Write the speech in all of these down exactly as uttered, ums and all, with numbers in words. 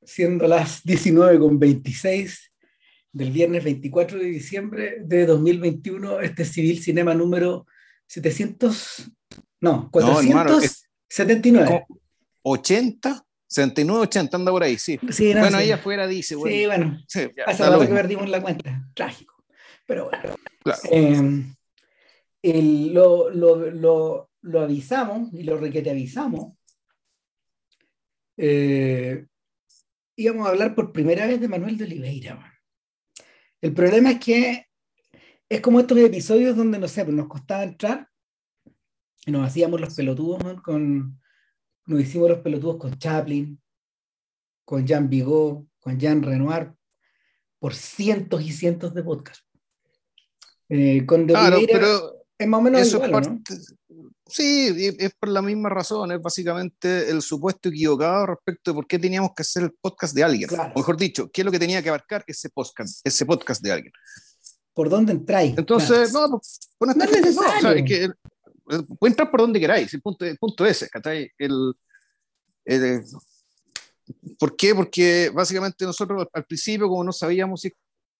siendo las diecinueve con veintiséis del viernes veinticuatro de diciembre de dos mil veintiuno, este Civil Cinema número setecientos, no, No, hermano, es cuatrocientos setenta y nueve. como ochenta, setenta y nueve, ochenta, anda por ahí, sí. Sí, no Bueno, sé. ahí afuera dice, bueno, Sí, bueno, sí, ya, hace da lo rato que mismo. perdimos la cuenta. Trágico. Pero bueno. Claro. Eh, el- lo, lo, lo, lo avisamos y lo requete avisamos. Eh, íbamos a hablar por primera vez de Manuel de Oliveira, man. El problema es que es como estos episodios donde, no sé, pues nos costaba entrar y nos hacíamos los pelotudos, man, con, nos hicimos los pelotudos con Chaplin, con Jean Vigo, con Jean Renoir, por cientos y cientos de podcasts. Eh, con De Claro, Oliveira pero es más o menos eso es igual, ¿o parte, no? sí, y es por la misma razón, es básicamente el supuesto equivocado respecto de por qué teníamos que hacer el podcast de alguien. O Claro. mejor dicho, qué es lo que tenía que abarcar ese podcast, ese podcast de alguien. ¿Por dónde entráis? Claro. Entonces, no, pues, con No esta es gente, no, o sea, es necesario. que eh, puede entrar por donde queráis, el punto, el punto ese, ¿cachai? El, el, ¿Por qué? Porque básicamente nosotros al principio, como no sabíamos si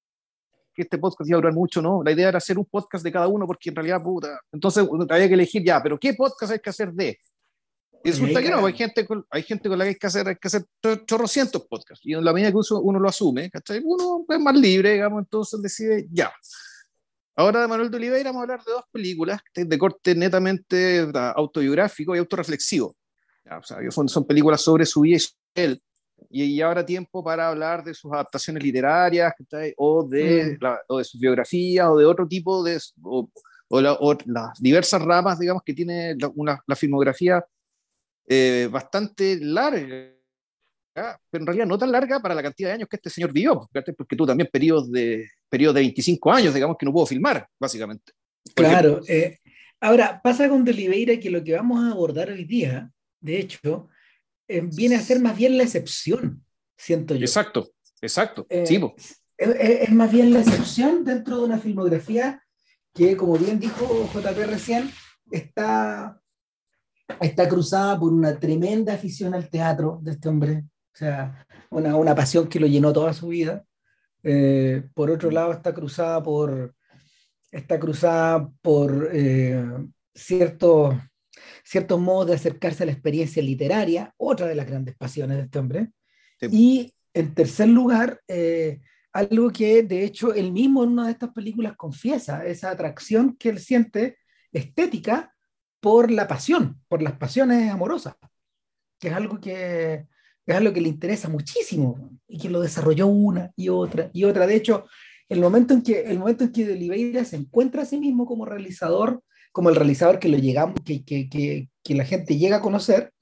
que este podcast iba a durar mucho, ¿no? La idea era hacer un podcast de cada uno, porque en realidad, puta, entonces había que elegir ya, pero ¿qué podcast hay que hacer de? Y Y ahí resulta que no, hay cagamos. gente con, hay gente con la que hay que hacer, hay que hacer chorrocientos podcasts. Y en la medida que uno, uno lo asume, ¿cachai? Uno es más libre, digamos, entonces decide ya. Ahora de Manuel de Oliveira vamos a hablar de dos películas de corte netamente autobiográfico y autorreflexivo. Ya, o sea, son, son películas sobre su vida y su él. Y, y ahora tiempo para hablar de sus adaptaciones literarias, ¿cachai? O de, Mm. la, o de sus biografías o de otro tipo de... O, o, la, o las diversas ramas, digamos, que tiene la, una, la filmografía eh, bastante larga, pero en realidad no tan larga para la cantidad de años que este señor vivió, porque tú también periodos de, periodos de veinticinco años, digamos, que no puedo filmar, básicamente, por ejemplo. Claro. Eh, ahora, pasa con De Oliveira que lo que vamos a abordar hoy día, de hecho, eh, viene a ser más bien la excepción, siento yo. Exacto, exacto, sí, Eh, po. es, es más bien la excepción dentro de una filmografía que, como bien dijo J P recién, está, está cruzada por una tremenda afición al teatro de este hombre, o sea, una, una pasión que lo llenó toda su vida. Eh, por otro lado, está cruzada por, está cruzada por eh, ciertos, ciertos modos de acercarse a la experiencia literaria, otra de las grandes pasiones de este hombre. Sí. Y en tercer lugar, eh, algo que de hecho él mismo en una de estas películas confiesa, esa atracción que él siente estética por la pasión, por las pasiones amorosas, que es algo que, es algo que le interesa muchísimo y que lo desarrolló una y otra y otra. De hecho, el momento en que, el momento en que De Oliveira se encuentra a sí mismo como realizador, como el realizador que, lo llegamos, que, que, que, que la gente llega a conocer,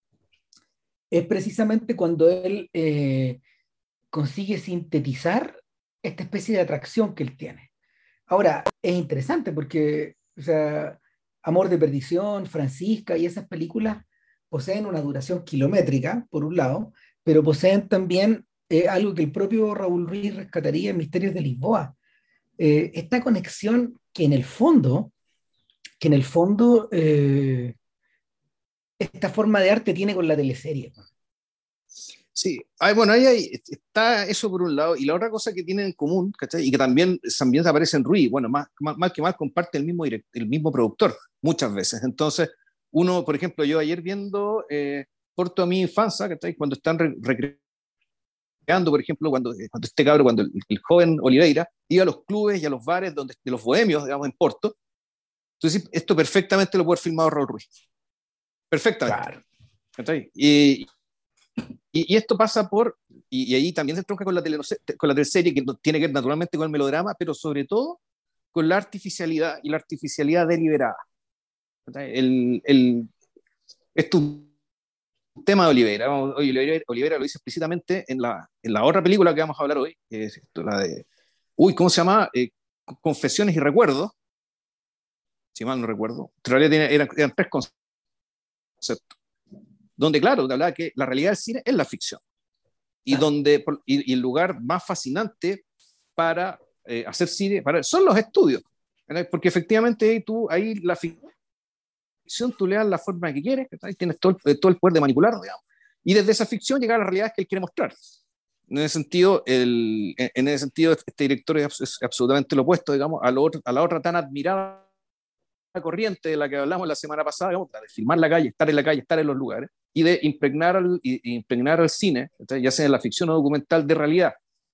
es precisamente cuando él eh, consigue sintetizar esta especie de atracción que él tiene. Ahora, es interesante porque, o sea, Amor de Perdición, Francisca y esas películas poseen una duración kilométrica, por un lado, pero poseen también eh, algo que el propio Raúl Ruiz rescataría en Misterios de Lisboa. Eh, esta conexión que en el fondo, que en el fondo eh, esta forma de arte tiene con la teleserie. Sí, ay, bueno, ahí hay- está eso por un lado, y la otra cosa que tienen en común, ¿cachai? Y que también, también aparece en Ruiz, bueno, más, más, más que más comparte el mismo, direct- el mismo productor, muchas veces. Entonces, uno, por ejemplo, yo ayer viendo eh, Corto a mi infancia, ¿cachai? Cuando están re- recreando, por ejemplo, cuando, eh, cuando este cabro, cuando el, el joven Oliveira iba a los clubes y a los bares donde, de los bohemios, digamos, en Porto, entonces esto perfectamente lo puede haber filmado Raúl Ruiz, perfectamente, Claro. ¿cachai? Y, Y, y esto pasa por, y, y ahí también se tronca con la, con la teleserie, que no, tiene que ver naturalmente con el melodrama, pero sobre todo con la artificialidad y la artificialidad deliberada. El, el, esto es un tema de Olivera. Olivera, Olivera lo dice explícitamente en la, en la otra película que vamos a hablar hoy, que es esto, la de, uy, ¿cómo se llama? Eh, Confesiones y Recuerdos, si mal no recuerdo. En realidad tiene, eran, eran tres conceptos, donde claro, hablaba que la realidad del cine es la ficción. Y, Claro. donde, y, y el lugar más fascinante para eh, hacer cine para, son los estudios, ¿verdad? Porque efectivamente ahí, tú, ahí la ficción tú le das la forma que quieres, ¿verdad? Tienes todo el, todo el poder de manipular, digamos. y desde esa ficción llegar a las realidades que él quiere mostrar. En ese sentido, el, en ese sentido este director es, es absolutamente lo opuesto, digamos, a, lo otro, a la otra tan admirada corriente de la que hablamos la semana pasada, digamos, de filmar la calle, estar en la calle, estar en los lugares, y de impregnar al, y, y impregnar al cine, ya sea en la ficción o documental, de realidad.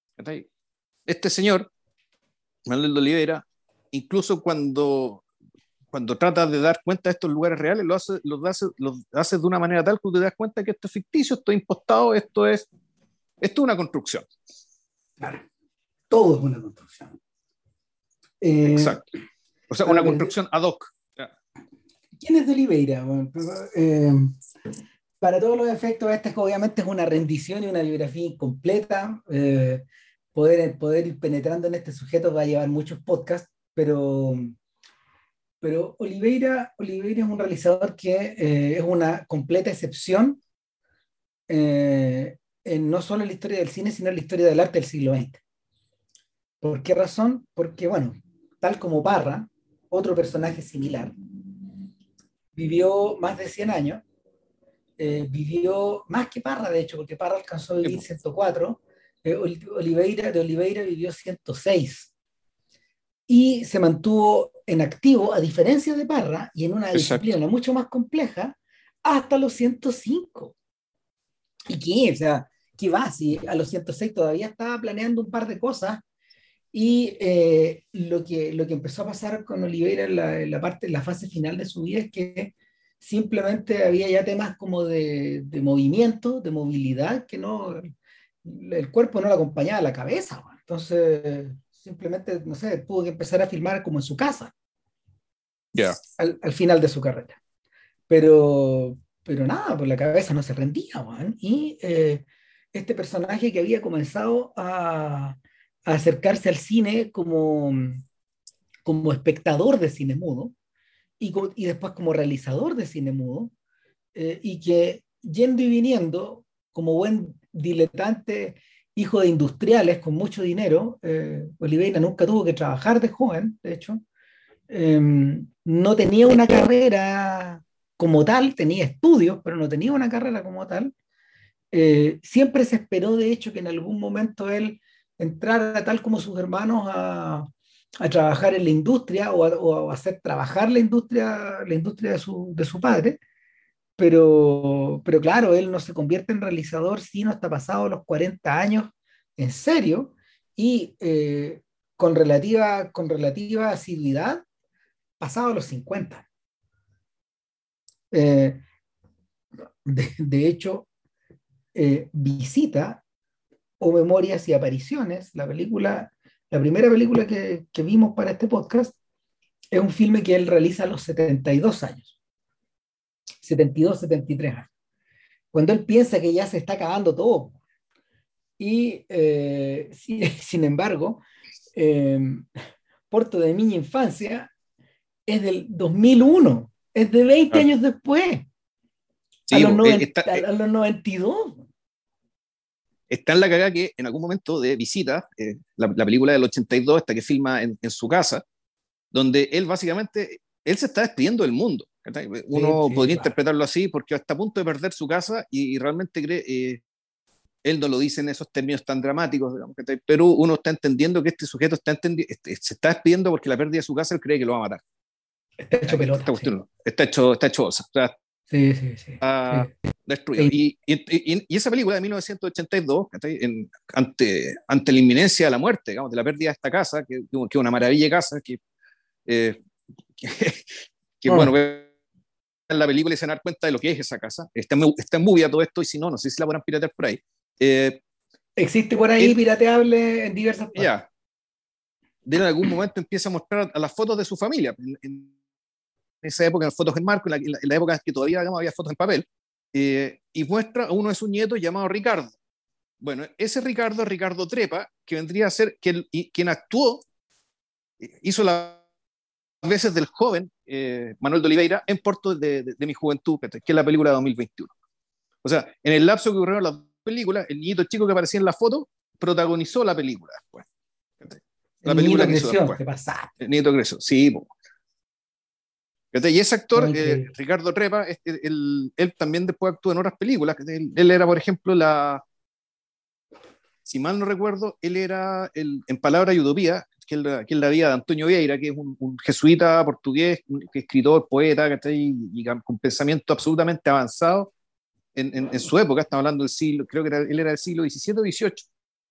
Este señor, Manuel de Oliveira, incluso cuando, cuando trata de dar cuenta de estos lugares reales, lo hace, lo hace, lo hace de una manera tal que te das cuenta que esto es ficticio, esto es impostado, esto es, esto es una construcción. Claro, todo es una construcción. Eh, Exacto. O sea, una ver, construcción ad hoc. ¿Quién es de Oliveira? Bueno, eh, para todos los efectos, esta obviamente es una rendición y una biografía incompleta. Eh, poder, poder ir penetrando en este sujeto va a llevar muchos podcasts, pero, pero Oliveira, Oliveira es un realizador que eh, es una completa excepción eh, en no solo en la historia del cine, sino en la historia del arte del siglo veinte. ¿Por qué razón? Porque, bueno, tal como Parra, otro personaje similar, vivió más de cien años, eh, vivió más que Parra, de hecho, porque Parra alcanzó a vivir ciento cuatro, eh, Oliveira, de Oliveira vivió ciento seis, y se mantuvo en activo, a diferencia de Parra, y en una Exacto. disciplina mucho más compleja, hasta los ciento cinco. ¿Y qué? O sea, ¿qué va? Si a los ciento seis todavía estaba planeando un par de cosas. Y eh, lo, que, lo que empezó a pasar con Oliveira en la, en la parte, en la fase final de su vida es que simplemente había ya temas como de, de movimiento, de movilidad, que no, el cuerpo no le acompañaba a la cabeza. Entonces, simplemente, no sé, tuvo que empezar a filmar como en su casa. Yeah. Al, al final de su carrera. Pero, pero nada, pues la cabeza no se rendía, man. Y eh, este personaje que había comenzado a a acercarse al cine como, como espectador de cine mudo y, y después como realizador de cine mudo, eh, y que yendo y viniendo, como buen diletante, hijo de industriales con mucho dinero, eh, Oliveira nunca tuvo que trabajar de joven, de hecho, eh, no tenía una carrera como tal, tenía estudios, pero no tenía una carrera como tal. Eh, siempre se esperó, de hecho, que en algún momento él entrara, tal como sus hermanos, a, a trabajar en la industria o a, o a, hacer trabajar la industria, la industria de, su, de su padre, pero, pero claro, él no se convierte en realizador sino hasta pasados los cuarenta años, en serio, y eh, con, relativa, con relativa asiduidad, pasados los cincuenta. Eh, de, de hecho, eh, visita o Memorias y Apariciones, la película, la primera película que, que vimos para este podcast, es un filme que él realiza a los setenta y dos años, setenta y dos, setenta y tres años, cuando él piensa que ya se está acabando todo. Y eh, sí, sin embargo, eh, Puerto de Niña Infancia es del dos mil uno, es de veinte ah. años después, sí, a, los noventa, está, a, a los noventa y dos. Está en la cagada que en algún momento de visita, eh, la, la película del ochenta y dos, esta que filma en, en su casa, donde él básicamente, él se está despidiendo del mundo. Uno sí, sí, podría claro. interpretarlo así porque está a punto de perder su casa y, y realmente cree, eh, él no lo dice en esos términos tan dramáticos, digamos, pero uno está entendiendo que este sujeto está este, se está despidiendo porque la pérdida de su casa él cree que lo va a matar. Está hecho pelota. Sí. Está hecho, está hecho bolsa. O sea, sí, sí, sí. Está sí. destruido. Sí. Y, y, y esa película de mil novecientos ochenta y dos, en, ante, ante la inminencia de la muerte, digamos, de la pérdida de esta casa, que es una maravilla de casa, que, eh, que, que oh. bueno, en la película y se dan cuenta de lo que es esa casa. Está, está en movie todo esto, y si no, no sé si la podrán piratear por ahí. Eh, Existe por ahí, él, pirateable en diversas partes. Ya. De en algún momento empieza a mostrar a las fotos de su familia. En, en esa época, en las fotos en marco, en la, en la, en la época en que todavía digamos, había fotos en papel, eh, y muestra a uno de sus nietos llamado Ricardo. Bueno, ese Ricardo, Ricardo Trepa, que vendría a ser quien, quien actuó, hizo las veces del joven eh, Manuel de Oliveira en Porto de, de, de mi juventud, que es la película de dos mil veintiuno. O sea, en el lapso que ocurrieron las películas, el niñito chico que aparecía en la foto protagonizó la película después. La el película niñito que hizo creció, después. ¿qué pasa? El niñito creció, sí. Po. Y ese actor, Okay. eh, Ricardo Trepa, este, él, él también después actuó en otras películas. Él, él era, por ejemplo, la, si mal no recuerdo, él era el, en Palabra y Utopía, que es la, que es la vida de Antonio Vieira, que es un, un jesuita portugués, un escritor, poeta, ¿cachai? Y, y con pensamiento absolutamente avanzado en, en, en, su época. Estamos hablando del siglo, creo que era, él era del siglo diecisiete o dieciocho.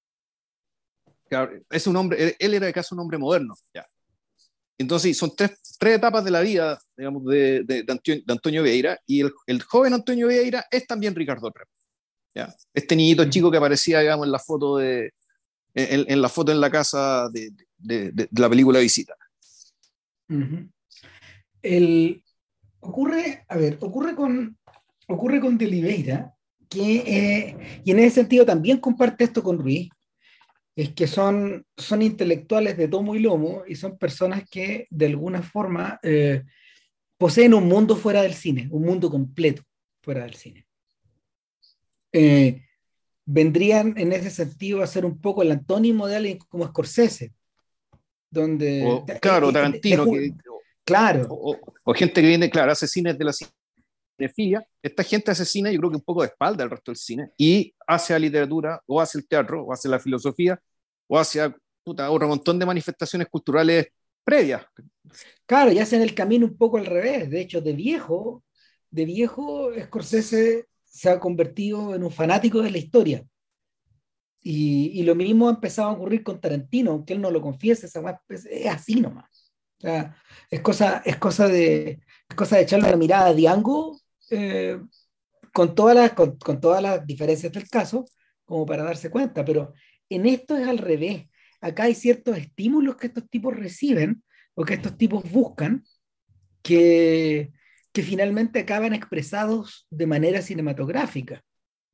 Claro, es un hombre, él, él era de caso un hombre moderno. Ya. Entonces, son tres, tres etapas de la vida, digamos, de, de, de, Antonio, de Antonio Vieira, y el, el joven Antonio Vieira es también Ricardo Trepa. ¿Ya? Este niñito Uh-huh. chico que aparecía, digamos, en la foto de, en, en la foto en la casa de, de, de, de la película Visita. Uh-huh. El, ocurre, a ver, ocurre con, ocurre con De Oliveira, que, eh, y en ese sentido también comparte esto con Ruiz, es que son, son intelectuales de tomo y lomo y son personas que de alguna forma eh, poseen un mundo fuera del cine, un mundo completo fuera del cine. Eh, vendrían en ese sentido a ser un poco el antónimo de alguien como Scorsese, donde, O, claro, eh, eh, de, Tarantino, de, que, claro, o, o, o, gente que viene, claro, hace cines de la cinefilia. Esta gente hace cine, yo creo que un poco de espalda al resto del cine, y hace la literatura, o hace el teatro, o hace la filosofía, o hace puta, otro montón de manifestaciones culturales previas. claro, y hacen el camino un poco al revés. De hecho, de viejo, de viejo, Scorsese se ha convertido en un fanático de la historia. Y, y lo mismo ha empezado a ocurrir con Tarantino, aunque él no lo confiese, esa weá es, es así nomás. O sea, es cosa, es cosa de, es cosa de echarle una mirada a Django eh, con, todas las, con, con todas las diferencias del caso, como para darse cuenta. Pero en esto es al revés. Acá hay ciertos estímulos que estos tipos reciben o que estos tipos buscan que, que finalmente acaban expresados de manera cinematográfica.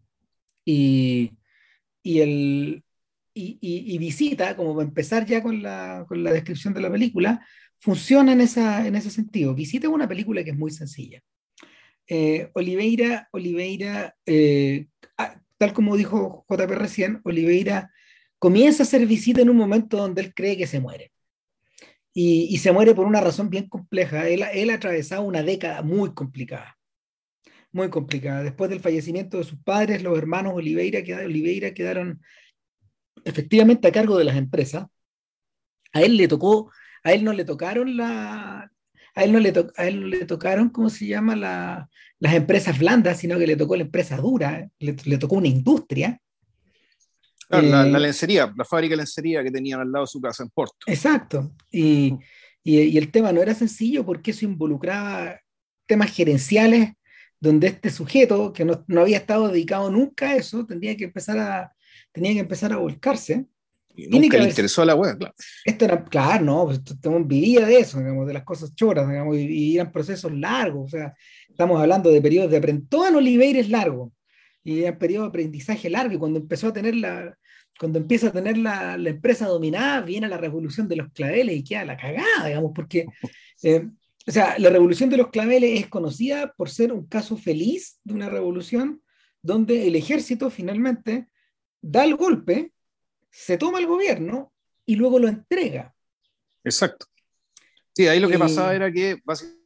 Y, y, el, y, y, y Visita, como para empezar ya con la, con la descripción de la película, funciona en, esa, en ese sentido. Visita es una película que es muy sencilla. Eh, Oliveira, Oliveira eh, ah, tal como dijo J P recién, Oliveira comienza a hacer Visita en un momento donde él cree que se muere. Y, y se muere por una razón bien compleja. Él, él ha atravesado una década muy complicada, muy complicada. Después del fallecimiento de sus padres, los hermanos Oliveira, Oliveira quedaron efectivamente a cargo de las empresas. A él le tocó, a él no le tocaron la, a él no le, to, a él no le tocaron, ¿cómo se llama? La, las empresas blandas, sino que le tocó la empresa dura, le, le tocó una industria. Claro, la, la Eh, lencería, la fábrica de lencería que tenían al lado de su casa en Porto. exacto. Y, y, y el tema no era sencillo porque eso involucraba temas gerenciales donde este sujeto, que no, no había estado dedicado nunca a eso, tendría que empezar a, tenía que empezar a volcarse. Y Tiene nunca que le haber, interesó a la web, claro. esto era, claro, no, pues esto, esto vivía de eso, digamos, de las cosas choras, digamos, y, y eran procesos largos, o sea, estamos hablando de periodos de aprendizaje, todo en Oliveira es largo, y eran periodos de aprendizaje largo, y cuando empezó a tener la, cuando empieza a tener la, la empresa dominada, viene la revolución de los claveles y queda la cagada, digamos, porque, eh, o sea, la revolución de los claveles es conocida por ser un caso feliz de una revolución donde el ejército finalmente da el golpe, se toma el gobierno y luego lo entrega. Exacto. Sí, ahí lo que pasaba Y era que básicamente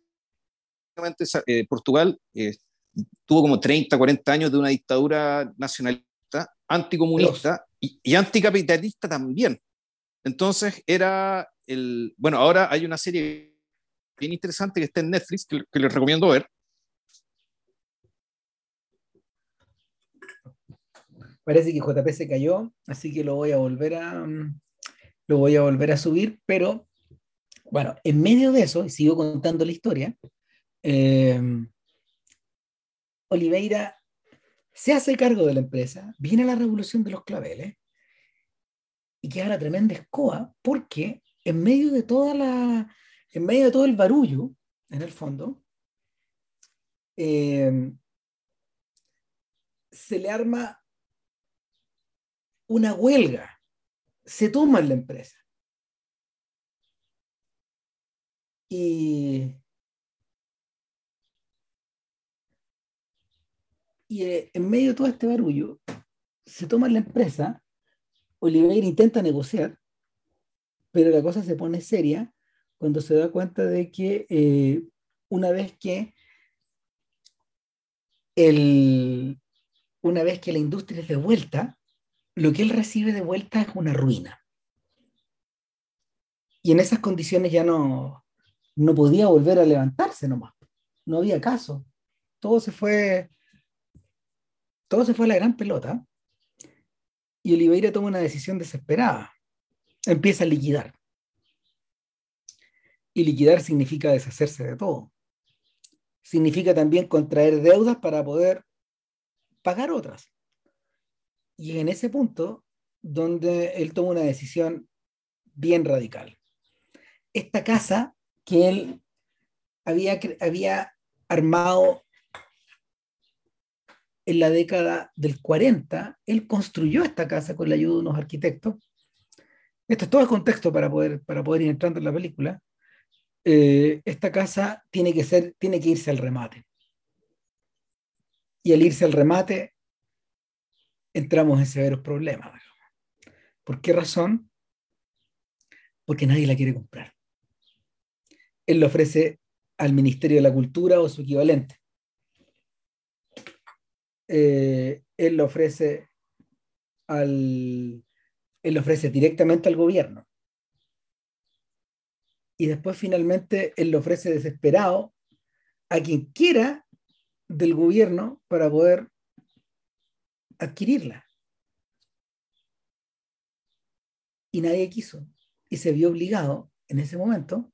eh, Portugal eh, tuvo como treinta, cuarenta años de una dictadura nacionalista, feroz. anticomunista y, y anticapitalista también. Entonces era el... Bueno, ahora hay una serie bien interesante que está en Netflix, que, que les recomiendo ver. Parece que J P se cayó, así que lo voy a volver a, um, lo voy a volver a subir, pero bueno, en medio de eso, y sigo contando la historia, eh, Oliveira se hace cargo de la empresa, viene la revolución de los claveles y queda la tremenda escoba porque en medio de toda la, en medio de todo el barullo, en el fondo, eh, se le arma una huelga, se toma en la empresa. Y, y eh, en medio de todo este barullo, se toma en la empresa, Oliveira intenta negociar, pero la cosa se pone seria cuando se da cuenta de que eh, una vez que el, una vez que la industria es de vuelta, lo que él recibe de vuelta es una ruina. Y en esas condiciones ya no, no podía volver a levantarse nomás. No había caso. Todo se fue, todo se fue a la gran pelota y Oliveira toma una decisión desesperada. Empieza a liquidar. Y liquidar significa deshacerse de todo. Significa también contraer deudas para poder pagar otras. Y es en ese punto donde él toma una decisión bien radical. Esta casa que él había, había armado en la década del cuarenta, él construyó esta casa con la ayuda de unos arquitectos. Esto es todo el contexto para poder, para poder ir entrando en la película. Eh, esta casa tiene que ser, tiene que irse al remate. Y al irse al remate, entramos en severos problemas. ¿Por qué razón? Porque nadie la quiere comprar. Él le ofrece al Ministerio de la Cultura o su equivalente. Eh, él le ofrece al, él le ofrece directamente al gobierno. Y después finalmente él le ofrece desesperado a quien quiera del gobierno para poder adquirirla. Y nadie quiso. Y se vio obligado en ese momento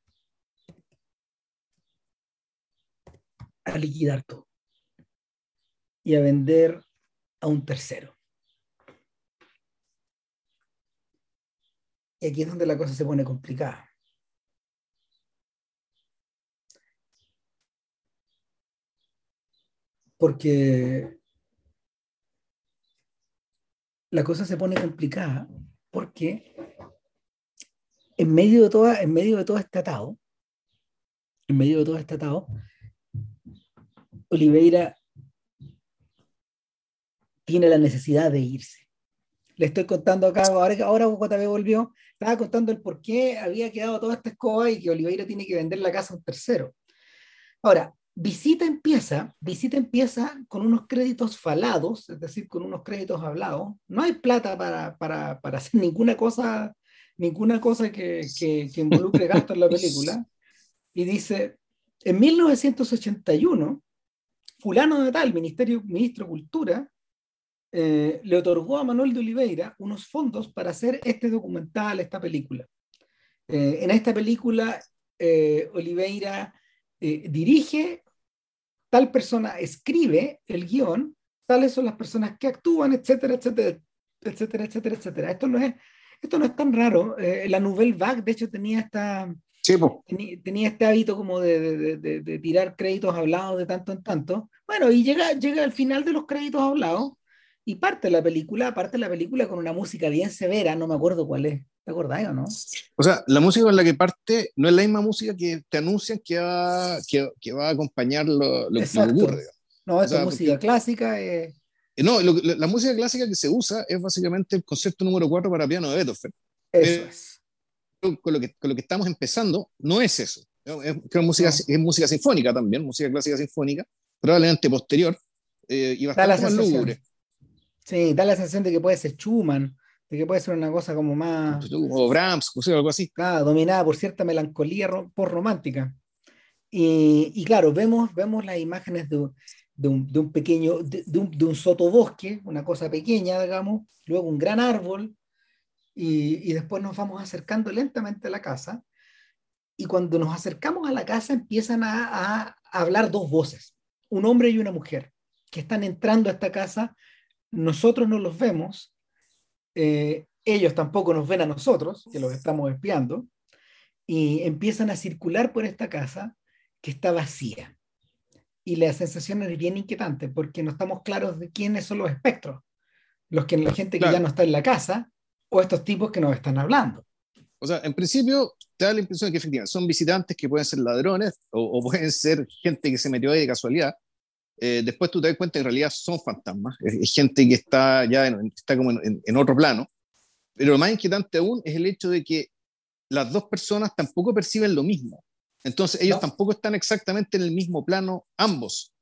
a liquidar todo y a vender a un tercero. Y aquí es donde la cosa se pone complicada. Porque la cosa se pone complicada porque en medio de toda, en medio de todo este atado, en medio de todo este atado, Oliveira tiene la necesidad de irse. Le estoy contando acá, ahora que ahora J B volvió, estaba contando el por qué había quedado toda esta escoba y que Oliveira tiene que vender la casa a un tercero. Ahora, Visita empieza, Visita empieza con unos créditos falados, es decir, con unos créditos hablados. No hay plata para, para, para hacer ninguna cosa, ninguna cosa que, que, que involucre gasto en la película. Y dice, en mil novecientos ochenta y uno, fulano de tal, Ministerio, Ministro de Cultura, eh, le otorgó a Manuel de Oliveira unos fondos para hacer este documental, esta película. Eh, en esta película, eh, Oliveira eh, dirige, tal persona escribe el guión, tales son las personas que actúan, etcétera, etcétera, etcétera, etcétera, etcétera. Esto no es, esto no es tan raro. Eh, la Nouvelle Vague, de hecho, tenía esta... Sí, pues. Tenía, tenía este hábito como de, de, de, de tirar créditos hablados de tanto en tanto. Bueno, y llega, llega al final de los créditos hablados y parte la película, parte la película con una música bien severa, no me acuerdo cuál es. ¿Te acordás o no? O sea, la música con la que parte no es la misma música que te anuncian que va, que, que va a acompañar lo, lo, lo que ocurre. No, O esto es sea, música porque, clásica. Eh... No, lo, la, la música clásica que se usa es básicamente el concierto número cuatro para piano de Beethoven. Eso es. Con lo, que, con lo que estamos empezando no es eso. Es, es, música, no. es música sinfónica también, música clásica sinfónica, probablemente posterior eh, y bastante más lúgubre. Sí, da la sensación de que puede ser Schumann, de que puede ser una cosa como más... O Brahms, o sea, algo así. Claro, dominada por cierta melancolía post-romántica. Y, y claro, vemos, vemos las imágenes de, de, un, de un pequeño, de, de, un, de un sotobosque, una cosa pequeña, digamos, luego un gran árbol, y, y después nos vamos acercando lentamente a la casa, y cuando nos acercamos a la casa empiezan a, a, a hablar dos voces, un hombre y una mujer, que están entrando a esta casa. Nosotros no los vemos, eh, ellos tampoco nos ven a nosotros, que los estamos espiando, y empiezan a circular por esta casa que está vacía. Y la sensación es bien inquietante, porque no estamos claros de quiénes son los espectros, los que, la gente que claro. ya no está en la casa, o estos tipos que nos están hablando. O sea, en principio te da la impresión de que efectivamente son visitantes que pueden ser ladrones o, o pueden ser gente que se metió ahí de casualidad. Eh, después tú te das cuenta que en realidad son fantasmas, es, es gente que está ya en, está como en, en otro plano. Pero lo más inquietante aún es el hecho de que las dos personas tampoco perciben lo mismo. Entonces ellos ¿no? tampoco están exactamente en el mismo plano ambos.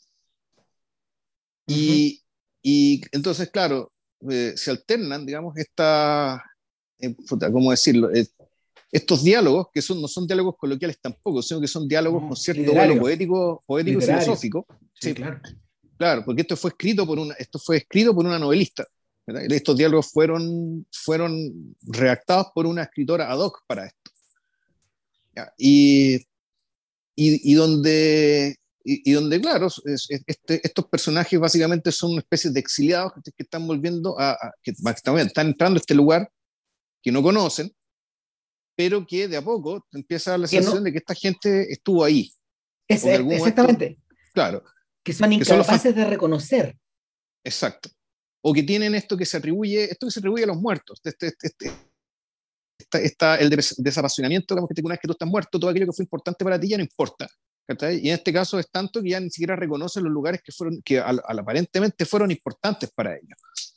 Ujú. Y, y entonces, claro, eh, se alternan, digamos, esta, eh, puta, ¿cómo decirlo? Eh, estos diálogos, que son, no son diálogos coloquiales tampoco, sino que son diálogos con No, cierto vuelo literario, poético, poético y literario. filosófico. Sí, Sí, claro. claro, porque esto fue escrito por una, esto fue escrito por una novelista. ¿Verdad? Estos diálogos fueron, fueron redactados por una escritora ad hoc para esto. ¿Ya? Y, y, y donde, y, y donde, claro, es, es, este, estos personajes básicamente son una especie de exiliados que, que están volviendo a, a que están, están entrando a este lugar que no conocen, pero que de a poco te empieza a dar la Que sensación no, de que esta gente estuvo ahí, es, o que en es- algún momento, exactamente, claro, que son que son los incapaces de reconocer. exacto, o que tienen esto que se atribuye, esto que se atribuye a los muertos, este, este, este, esta, esta, el desapasionamiento, digamos, que una vez que tú estás muerto, todo aquello que fue importante para ti ya no importa. ¿Cachai? Y en este caso es tanto que ya ni siquiera reconocen los lugares que, fueron, que al, al aparentemente fueron importantes para ellos.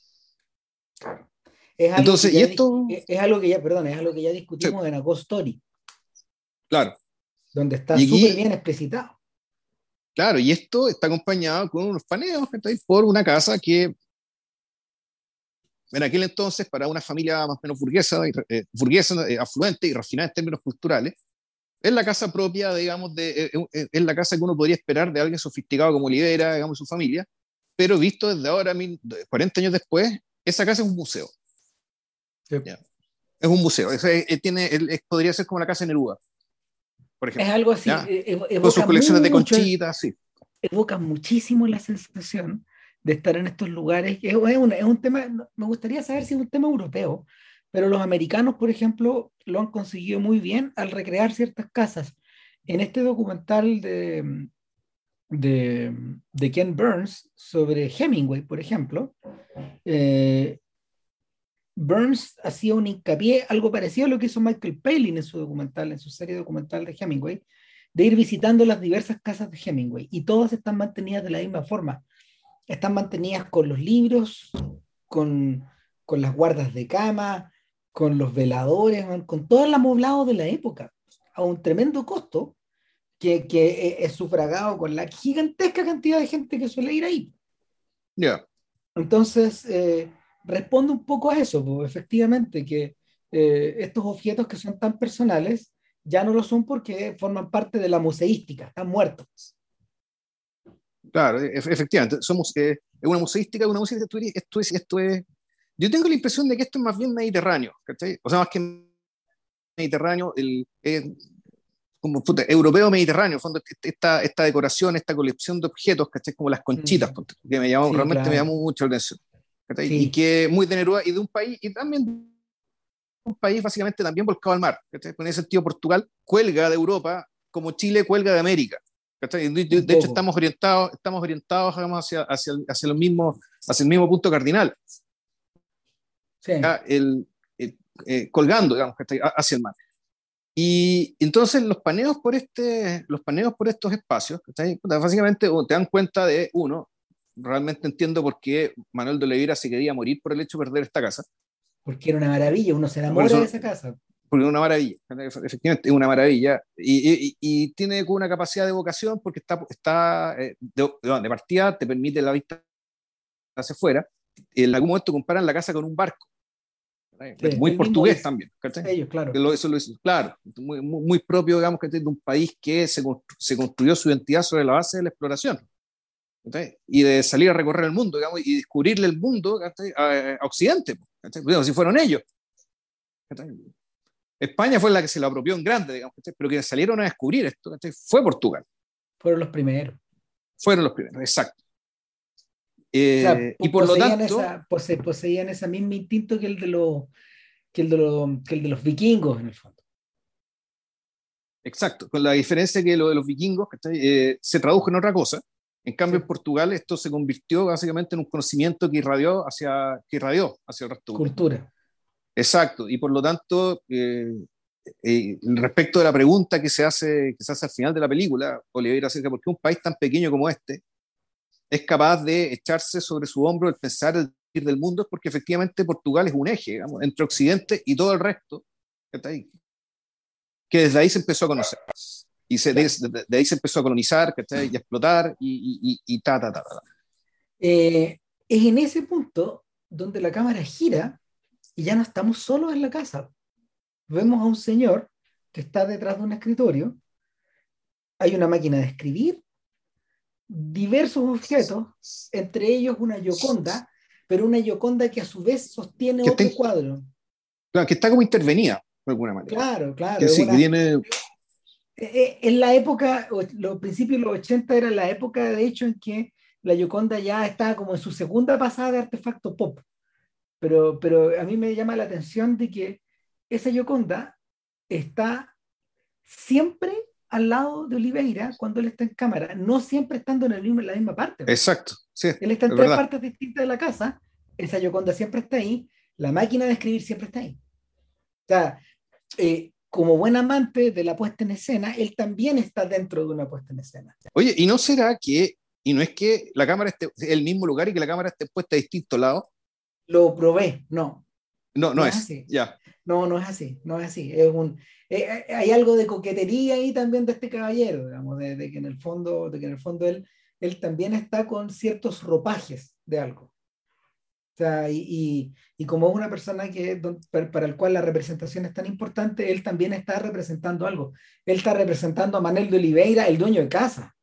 Es algo que Entonces, y ya, dis- esto, es algo que ya, perdón, es algo que ya sí, discutimos en A Ghost Story, claro, donde está y súper aquí, bien explicitado. claro, y esto está acompañado con unos paneos, ¿cachai? Por una casa que en aquel entonces, para una familia más o menos burguesa, eh, burguesa eh, afluente y refinada en términos culturales, es la casa propia, digamos, de, eh, eh, es la casa que uno podría esperar de alguien sofisticado como Olivera, digamos, su familia, pero visto desde ahora, cuarenta años después, esa casa es un museo. Sí. ¿Ya? Es un museo, es, es, tiene, es, podría ser como la casa de Neruda, por Es ejemplo, algo así, ¿ya? e- evo- Con sus evoca colecciones de mucho, conchitas, sí. evoca muchísimo la sensación de estar en estos lugares. Es, es un, es un tema, no- me gustaría saber si es un tema europeo, pero los americanos, por ejemplo, lo han conseguido muy bien al recrear ciertas casas. En este documental de, de, de Ken Burns sobre Hemingway, por ejemplo, eh, Burns hacía un hincapié, algo parecido a lo que hizo Michael Palin en su documental, en su serie documental de Hemingway, de ir visitando las diversas casas de Hemingway, y todas están mantenidas de la misma forma. Están mantenidas con los libros, con, con las guardas de cama, con los veladores, con todo el amoblado de la época, a un tremendo costo que, que es sufragado con la gigantesca cantidad de gente que suele ir ahí. Ya. Entonces, eh, responde un poco a eso, pues, efectivamente, que eh, estos objetos que son tan personales ya no lo son porque forman parte de la museística, están muertos. Claro, e- efectivamente, somos eh, es una museística, una música, esto, esto, es, esto es, yo tengo la impresión de que esto es más bien mediterráneo, ¿cachai? O sea, más que mediterráneo, el, eh, como puta, europeo mediterráneo, fondo, esta, esta decoración, esta colección de objetos, ¿cachai? Como las conchitas, Mm, que me llamó, sí, realmente me claro, llamó mucho la atención, ¿cachai? Y sí, que muy de Neruda y de un país, y también un país básicamente también volcado al mar, ¿cachai? En ese sentido, Portugal cuelga de Europa como Chile cuelga de América. ¿Cachai? De, de, un de hecho, poco, estamos orientados, estamos orientados digamos, hacia, hacia, el, hacia, el mismo, hacia el mismo punto cardinal, sí. ¿ya? El, el eh, colgando digamos, hacia el mar. Y entonces los paneos por, este, los paneos por estos espacios, ¿cachai? Básicamente te dan cuenta de, uno, realmente entiendo por qué Manuel de Oliveira se quería morir por el hecho de perder esta casa, Porque era una maravilla, uno se por enamora de eso, esa casa. porque es una maravilla, efectivamente es una maravilla, y, y, y tiene una capacidad de vocación porque está, está eh, de, de partida te permite la vista hacia afuera, en algún momento comparan la casa con un barco, Sí, muy él mismo portugués dice, también, ¿cachai? ellos, claro. Lo, eso lo hizo, claro, muy, muy, muy propio, digamos, que de un país que se, constru se construyó su identidad sobre la base de la exploración, ¿cachai? Y de salir a recorrer el mundo, digamos, y descubrirle el mundo, ¿cachai? A, a Occidente, ¿cachai? Bueno, si fueron ellos, ¿cachai? España fue la que se lo apropió en grande, digamos, ¿cachai? Pero quienes salieron a descubrir esto, ¿cachai? Fue Portugal, Fueron los primeros. fueron los primeros, exacto. O sea, Eh, y po- por lo poseían tanto, esa, pose- poseían ese mismo instinto que el de los, que el de los, que el de los vikingos, en el fondo. exacto, con la diferencia que lo de los vikingos, ¿cachai? Eh, se tradujo en otra cosa. En cambio, Sí, en Portugal esto se convirtió básicamente en un conocimiento que irradió hacia, que irradió hacia el resto de Europa. cultura. Exacto, y por lo tanto, eh, eh, respecto de la pregunta que se, hace, que se hace al final de la película, Oliveira acerca de por qué un país tan pequeño como este es capaz de echarse sobre su hombro el pensar el ir del mundo, es porque efectivamente Portugal es un eje, digamos, entre Occidente y todo el resto, ¿cachai? Que desde ahí se empezó a conocer. Y se, claro. de, de, de, ahí se empezó a colonizar, ¿cachai? Y a explotar, y, y, y, y ta, ta, ta, ta. Eh, es en ese punto donde la cámara gira y ya no estamos solos en la casa. Vemos a un señor que está detrás de un escritorio, hay una máquina de escribir, diversos objetos, entre ellos una Gioconda, pero una Gioconda que a su vez sostiene Que está, otro cuadro. claro, que está como intervenida, de alguna manera. Claro, claro. Que Es sí, que una, tiene... eh, en la época, los principios de los ochenta era la época, de hecho, en que la Gioconda ya estaba como en su segunda pasada de artefacto pop. Pero, pero a mí me llama la atención de que esa Gioconda está siempre al lado de Oliveira cuando él está en cámara, no siempre estando en, el mismo, en la misma parte. Exacto, sí, Él está es en tres verdad. partes distintas de la casa, esa Gioconda siempre está ahí, la máquina de escribir siempre está ahí. O sea, eh, como buen amante de la puesta en escena, él también está dentro de una puesta en escena. Oye, ¿y no será que, y no es que la cámara esté en el mismo lugar y que la cámara esté puesta a distinto lado? Lo probé, no, No, no no es es, así. ya. No, no es así, no es así. Es un, eh, eh, hay algo de coquetería ahí también de este caballero, digamos, de, de que en el fondo, de que en el fondo él, él también está con ciertos ropajes de algo. O sea, y, y, y como es una persona que, para, para el cual la representación es tan importante, él también está representando algo. Él está representando a Manuel de Oliveira, el dueño de casa.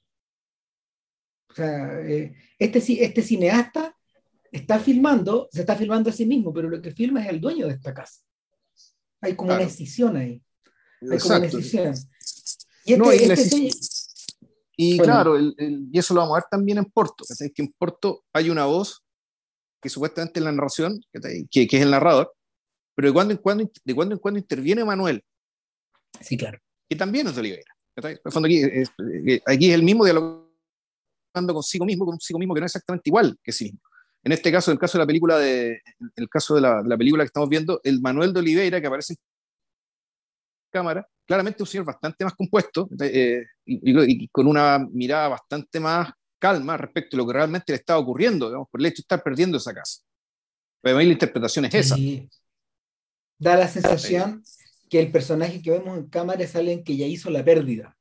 O sea, eh, este, ci- este cineasta está filmando, se está filmando a sí mismo, pero lo que filma es el dueño de esta casa. Hay como una Claro, escisión ahí, hay como una exacto. escisión. Y No, este, y, este les, señor, y bueno, claro, el, el, y eso lo vamos a ver también en Porto, ¿cachai? Que en Porto hay una voz que supuestamente es la narración, que, que es el narrador, pero de cuando en cuando, de cuando en cuando interviene Manuel, sí, claro. que también es de Oliveira. ¿Cachai? En el fondo aquí, es, aquí es el mismo dialogando consigo mismo, con un consigo mismo que no es exactamente igual que sí mismo. En este caso, en el caso de la película de, en el caso de la, de la película que estamos viendo, el Manuel de Oliveira que aparece en cámara, claramente un señor bastante más compuesto eh, y, y, y, con una mirada bastante más calma respecto a lo que realmente le estaba ocurriendo, digamos, por el hecho de estar perdiendo esa casa. Pero a mí la interpretación es esa. Sí, da la Eh, sensación que el personaje que vemos en cámara es alguien que ya hizo la pérdida,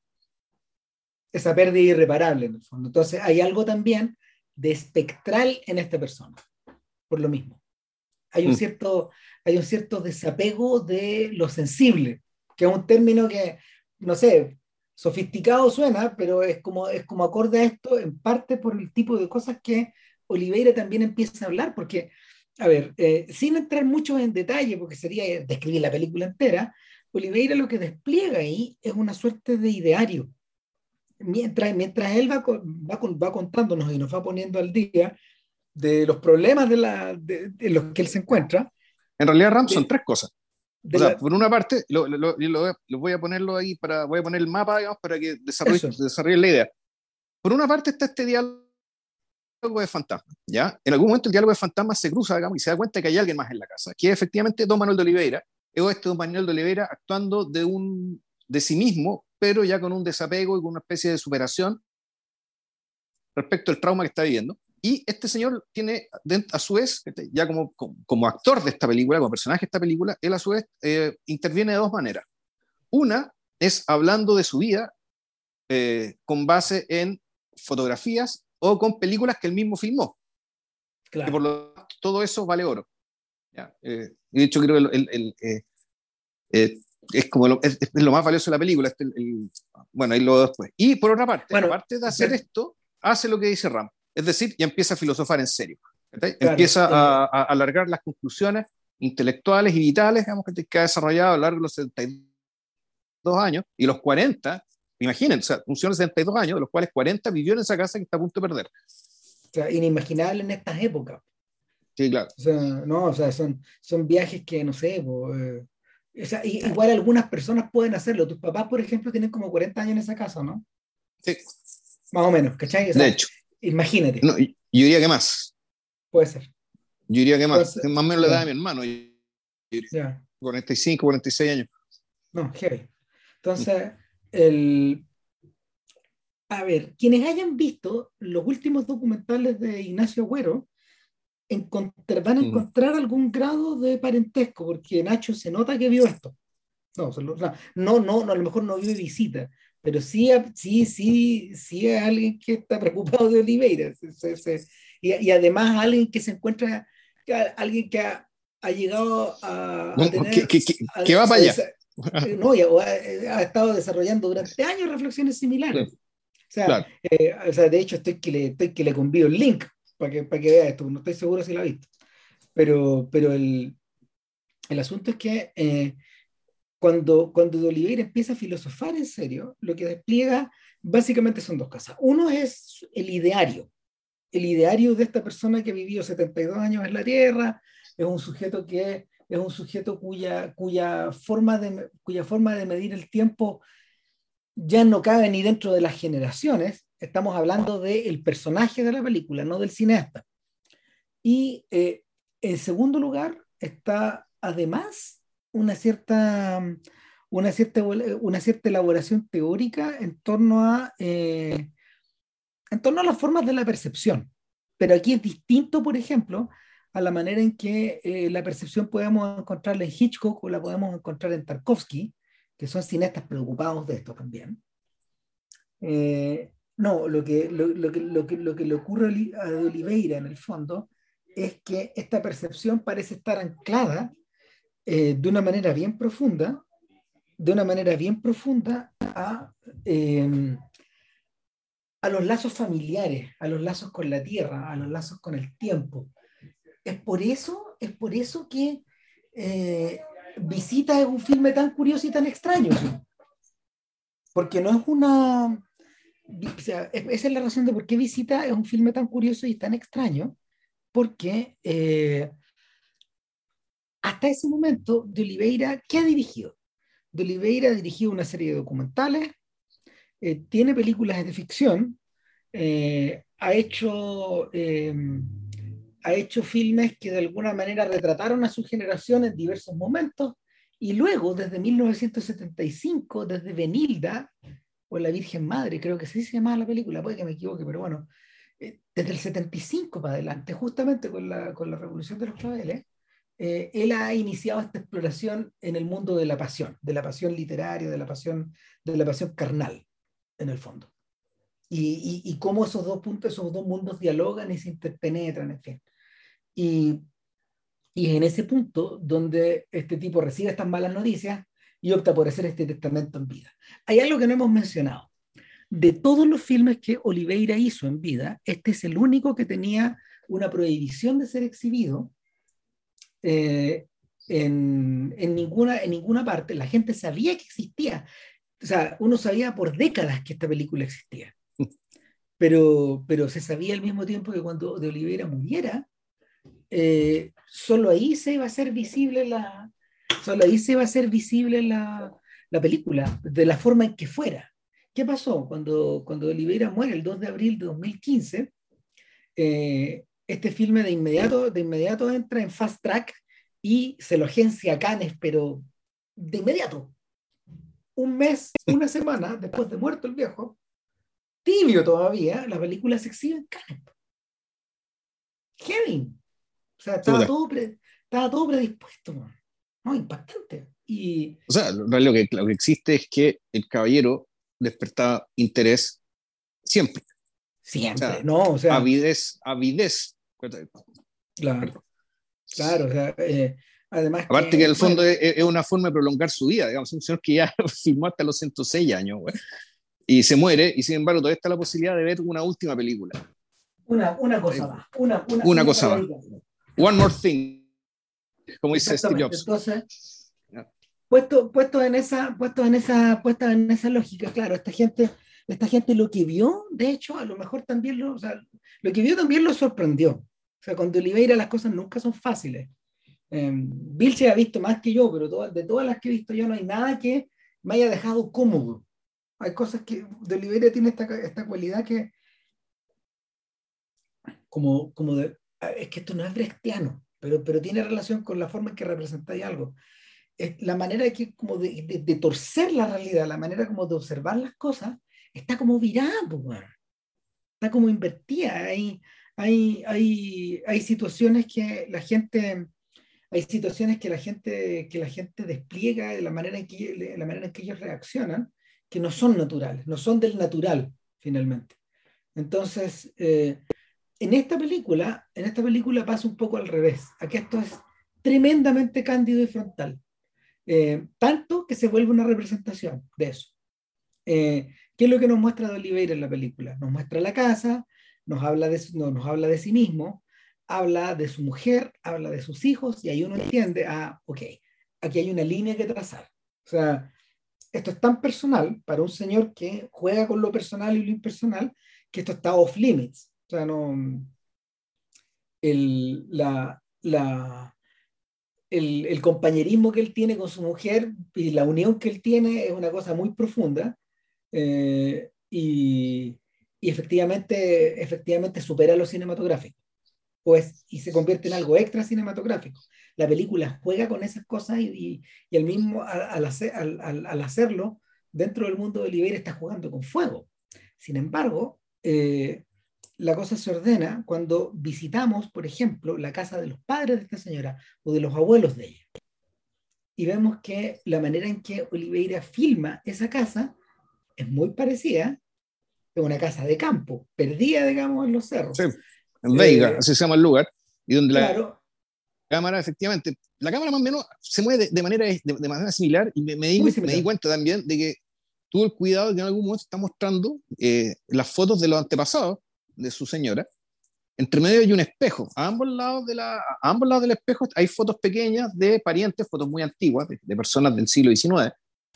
esa pérdida irreparable en el fondo. Entonces hay algo también de espectral en esta persona, por lo mismo. Hay un mm, cierto, hay un cierto desapego de lo sensible, que es un término que, no sé, sofisticado suena, pero es como, es como acorde a esto, en parte por el tipo de cosas que Oliveira también empieza a hablar, porque, a ver, eh, sin entrar mucho en detalle, porque sería describir la película entera, Oliveira lo que despliega ahí es una suerte de ideario. Mientras, mientras él va, va, va contándonos y nos va poniendo al día de los problemas de, la, de, de los que él se encuentra, en realidad, Ram, son de, tres cosas. de O sea, la, por una parte, lo, lo, lo, lo voy a ponerlo ahí para, voy a poner el mapa, digamos, para que desarrolle, eso, desarrolle la idea. Por una parte está este diálogo de fantasma, ¿ya? En algún momento el diálogo de fantasma se cruza, digamos, y se da cuenta que hay alguien más en la casa, que es efectivamente Don Manuel de Oliveira, es este Don Manuel de Oliveira actuando de, un, de sí mismo, pero ya con un desapego y con una especie de superación respecto al trauma que está viviendo. Y este señor tiene, a su vez, ya como, como, como actor de esta película, como personaje de esta película, él a su vez eh, interviene de dos maneras. Una es hablando de su vida eh, con base en fotografías o con películas que él mismo filmó, que por claro. lo tanto todo eso vale oro. ¿Ya? Eh, de hecho, creo que el, el, el, eh, eh, es como lo, es, es lo más valioso de la película. Este, el, el, bueno, ahí lo veo después. Y por otra parte, Bueno, aparte de hacer pero, esto, hace lo que dice Ram. Es decir, ya empieza a filosofar en serio. ¿Okay? claro, Empieza eh, a, a alargar las conclusiones intelectuales y vitales, digamos, que ha desarrollado a lo largo de los setenta y dos años y los cuarenta, imaginen, o sea, un señor de setenta y dos años, de los cuales cuarenta vivió en esa casa que está a punto de perder. o sea, inimaginable en estas épocas. Sí, claro. O sea, no, o sea, son, son viajes que, no sé, po, eh, o sea, igual algunas personas pueden hacerlo. Tus papás, por ejemplo, tienen como cuarenta años en esa casa, ¿no? Sí, Más o menos, ¿cachai? O de sea, hecho. imagínate, No, yo diría que más. puede ser. Yo diría que más. Entonces, Es más o menos la edad de ya, mi hermano. Yo diría, ya, cuarenta y cinco, cuarenta y seis años. no, heavy. Mm, Entonces, el, a ver, quienes hayan visto los últimos documentales de Ignacio Agüero, encontr- van a mm. encontrar algún grado de parentesco, porque Nacho se nota que vio esto. No, se lo- o sea, no, no, no, a lo mejor no vio de visita, pero sí, sí, sí, sí es alguien que está preocupado de Oliveira. Se- se- se- y, y además alguien que se encuentra, que- alguien que ha, ha llegado a, a ¿Qué, tener, qué, qué, a, qué va a para allá? desa- eh, no, y ha, ha estado desarrollando durante años reflexiones similares. O sea, Claro. eh, o sea, de hecho estoy que le, estoy que le convido el link para que, para que vea esto, no estoy seguro si lo ha visto, pero, pero el, el asunto es que eh, cuando, cuando de Oliveira empieza a filosofar en serio, lo que despliega básicamente son dos cosas. Uno es el ideario, el ideario de esta persona que ha vivido setenta y dos años en la Tierra, es un sujeto que es un sujeto cuya, cuya, forma de, cuya forma de medir el tiempo ya no cabe ni dentro de las generaciones. Estamos hablando del personaje de la película, no del cineasta. Y eh, en segundo lugar está además una cierta, una cierta, una cierta elaboración teórica en torno a, eh, en torno a las formas de la percepción. Pero aquí es distinto, por ejemplo, a la manera en que eh, la percepción podemos encontrarla en Hitchcock o la podemos encontrar en Tarkovsky, que son cineastas preocupados de esto también. Eh, no, lo que, lo, lo que, lo, que, lo que le ocurre a Oliveira en el fondo es que esta percepción parece estar anclada eh, de una manera bien profunda, de una manera bien profunda a, eh, a los lazos familiares, a los lazos con la tierra, a los lazos con el tiempo. Es por eso, es por eso que eh, Visita es un filme tan curioso y tan extraño, porque no es una, o sea, esa es la razón de por qué Visita es un filme tan curioso y tan extraño, porque eh, hasta ese momento de Oliveira, ¿qué ha dirigido? De Oliveira ha dirigido una serie de documentales, eh, tiene películas de ficción, eh, ha hecho eh, ha hecho filmes que de alguna manera retrataron a su generación en diversos momentos, y luego, desde mil novecientos setenta y cinco, desde Benilda, o La Virgen Madre, creo que así se llamaba la película, puede que me equivoque, pero bueno, eh, desde el setenta y cinco para adelante, justamente con la, con la Revolución de los Claveles, eh, él ha iniciado esta exploración en el mundo de la pasión, de la pasión literaria, de la pasión, de la pasión carnal, en el fondo. Y, y, y cómo esos dos puntos, esos dos mundos dialogan y se interpenetran, en fin. Y, y en ese punto donde este tipo recibe estas malas noticias y opta por hacer este testamento en vida. Hay algo que no hemos mencionado. De todos los filmes que Oliveira hizo en vida, este es el único que tenía una prohibición de ser exhibido eh, en, en, ninguna, en ninguna parte. La gente sabía que existía. O sea, uno sabía por décadas que esta película existía. Pero, pero se sabía al mismo tiempo que cuando de Oliveira muriera, eh, solo ahí se iba a hacer visible la, solo ahí se iba a hacer visible la, la película, de la forma en que fuera. ¿Qué pasó? Cuando, cuando Oliveira muere el dos de abril de dos mil quince, eh, este filme de inmediato, de inmediato entra en Fast Track y se lo agencia a Cannes, pero de inmediato. Un mes, una semana después de muerto el viejo, tibio todavía, la película se exhibe en Cannes. Kevin. O sea, estaba Puta. todo, pre, estaba todo predispuesto, man. No, impactante. Y O sea, lo que, lo que existe es que el caballero despertaba interés siempre. O siempre, sea, ¿no? O sea, avidez, avidez. claro, Perdón. claro, o sea, eh, además Aparte que que, en el fondo bueno, es, es, una forma de prolongar su vida, digamos, un señor que ya filmó hasta los ciento seis años, güey, y se muere, y sin embargo todavía está la posibilidad de ver una última película. una, una cosa más, una, una, Una una cosa más. pasadita. One more thing, como dice Steve Exactamente. Jobs. Entonces, puesto, puesto en esa, puesto en esa, puesta en esa lógica, claro, esta gente, esta gente lo que vio, de hecho, a lo mejor también lo, o sea, lo que vio también lo sorprendió. O sea, con de Oliveira las cosas nunca son fáciles. Eh, Bill se ha visto más que yo, pero todas, de todas las que he visto yo no hay nada que me haya dejado cómodo. Hay cosas que de Oliveira tiene esta, esta cualidad que, como, como de, es que esto no es brechtiano, pero, pero tiene relación con la forma en que representáis algo. Es la manera de, que, como de, de, de, torcer la realidad, la manera como de observar las cosas, está como virada, pues, está como invertida. Hay, hay, hay, hay situaciones que la gente hay situaciones que la gente, que la gente despliega de la manera en que, la manera en que ellos reaccionan, que no son naturales, no son del natural, finalmente. Entonces, eh, en esta película, en esta película pasa un poco al revés. Aquí esto es tremendamente cándido y frontal. Eh, tanto que se vuelve una representación de eso. Eh, ¿Qué es lo que nos muestra de Oliveira en la película? Nos muestra la casa, nos habla de, no, nos habla de sí mismo, habla de su mujer, habla de sus hijos, y ahí uno entiende, ah, ok, aquí hay una línea que trazar. O sea, esto es tan personal para un señor que juega con lo personal y lo impersonal, que esto está off limits. O sea, no, el, la, la, el, el compañerismo que él tiene con su mujer y la unión que él tiene es una cosa muy profunda, eh, y, y efectivamente, efectivamente supera lo cinematográfico, pues, y se convierte en algo extra cinematográfico. La película juega con esas cosas, y, y, y al mismo, al, al, hacer, al, al, al, hacerlo, dentro del mundo de Oliveira está jugando con fuego. Sin embargo, eh, la cosa se ordena cuando visitamos, por ejemplo, la casa de los padres de esta señora o de los abuelos de ella. Y vemos que la manera en que Oliveira filma esa casa es muy parecida. Es una casa de campo, perdida, digamos, en los cerros. Sí, en Veiga, Eh, así se llama el lugar, y donde la claro, cámara, efectivamente, la cámara más o menos se mueve de, de manera, de, de, manera similar, y me, me, di, muy me di similar. cuenta también de que tuvo el cuidado de que en algún momento está mostrando eh, las fotos de los antepasados de su señora. Entre medio hay un espejo. A ambos lados, de la, a ambos lados del espejo hay fotos pequeñas de parientes, fotos muy antiguas, de, de personas del siglo diecinueve.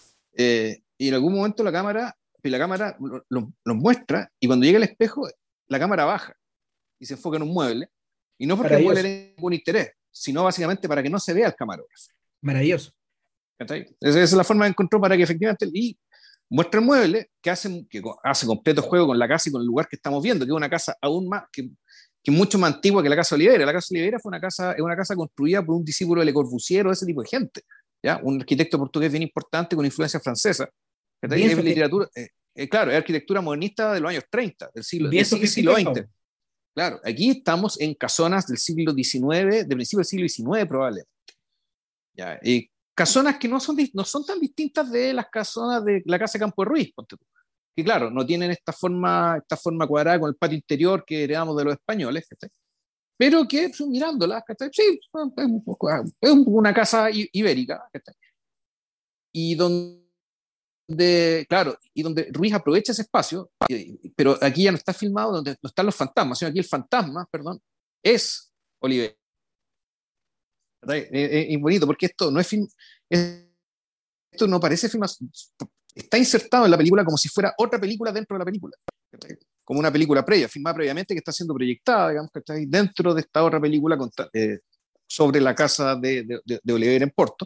Eh, y en algún momento la cámara, la cámara los lo, lo muestra, y cuando llega al espejo, la cámara baja y se enfoca en un mueble. Y no porque el mueble Maravilloso, tenga ningún interés, sino básicamente para que no se vea el camarógrafo. maravilloso. Esa es la forma que encontró para que efectivamente. Y muestra el mueble que hace, que hace completo juego con la casa y con el lugar que estamos viendo, que es una casa aún más, que, que mucho más antigua que la casa Oliveira. La casa Oliveira fue una casa, es una casa construida por un discípulo de Le Corbusier o ese tipo de gente, ¿ya? Un arquitecto portugués bien importante con influencia francesa. Bien, Es sofi literatura, eh, eh, claro, es arquitectura modernista de los años treinta, del siglo, bien del siglo sofisticado. veinte. Claro, aquí estamos en casonas del siglo diecinueve, de principio del siglo diecinueve probablemente. ¿Ya? Y casonas que no son, no son tan distintas de las casonas de la casa de Campo de Ruiz, ponte tú. Que claro, no tienen esta forma, esta forma cuadrada con el patio interior que heredamos de los españoles, ¿cachai? Pero que pues, mirándolas, ¿cachai? Sí, es una casa ibérica, ¿cachai? Y donde, claro, y donde Ruiz aprovecha ese espacio, pero aquí ya no está filmado donde no están los fantasmas, sino aquí el fantasma, perdón, es Oliveira. Es, es, es bonito porque esto no es film, es, esto no parece filmación, está insertado en la película como si fuera otra película dentro de la película, como una película previa, filmada previamente, que está siendo proyectada, digamos, que está ahí dentro de esta otra película contra, eh, sobre la casa de, de, de Oliveira en Porto.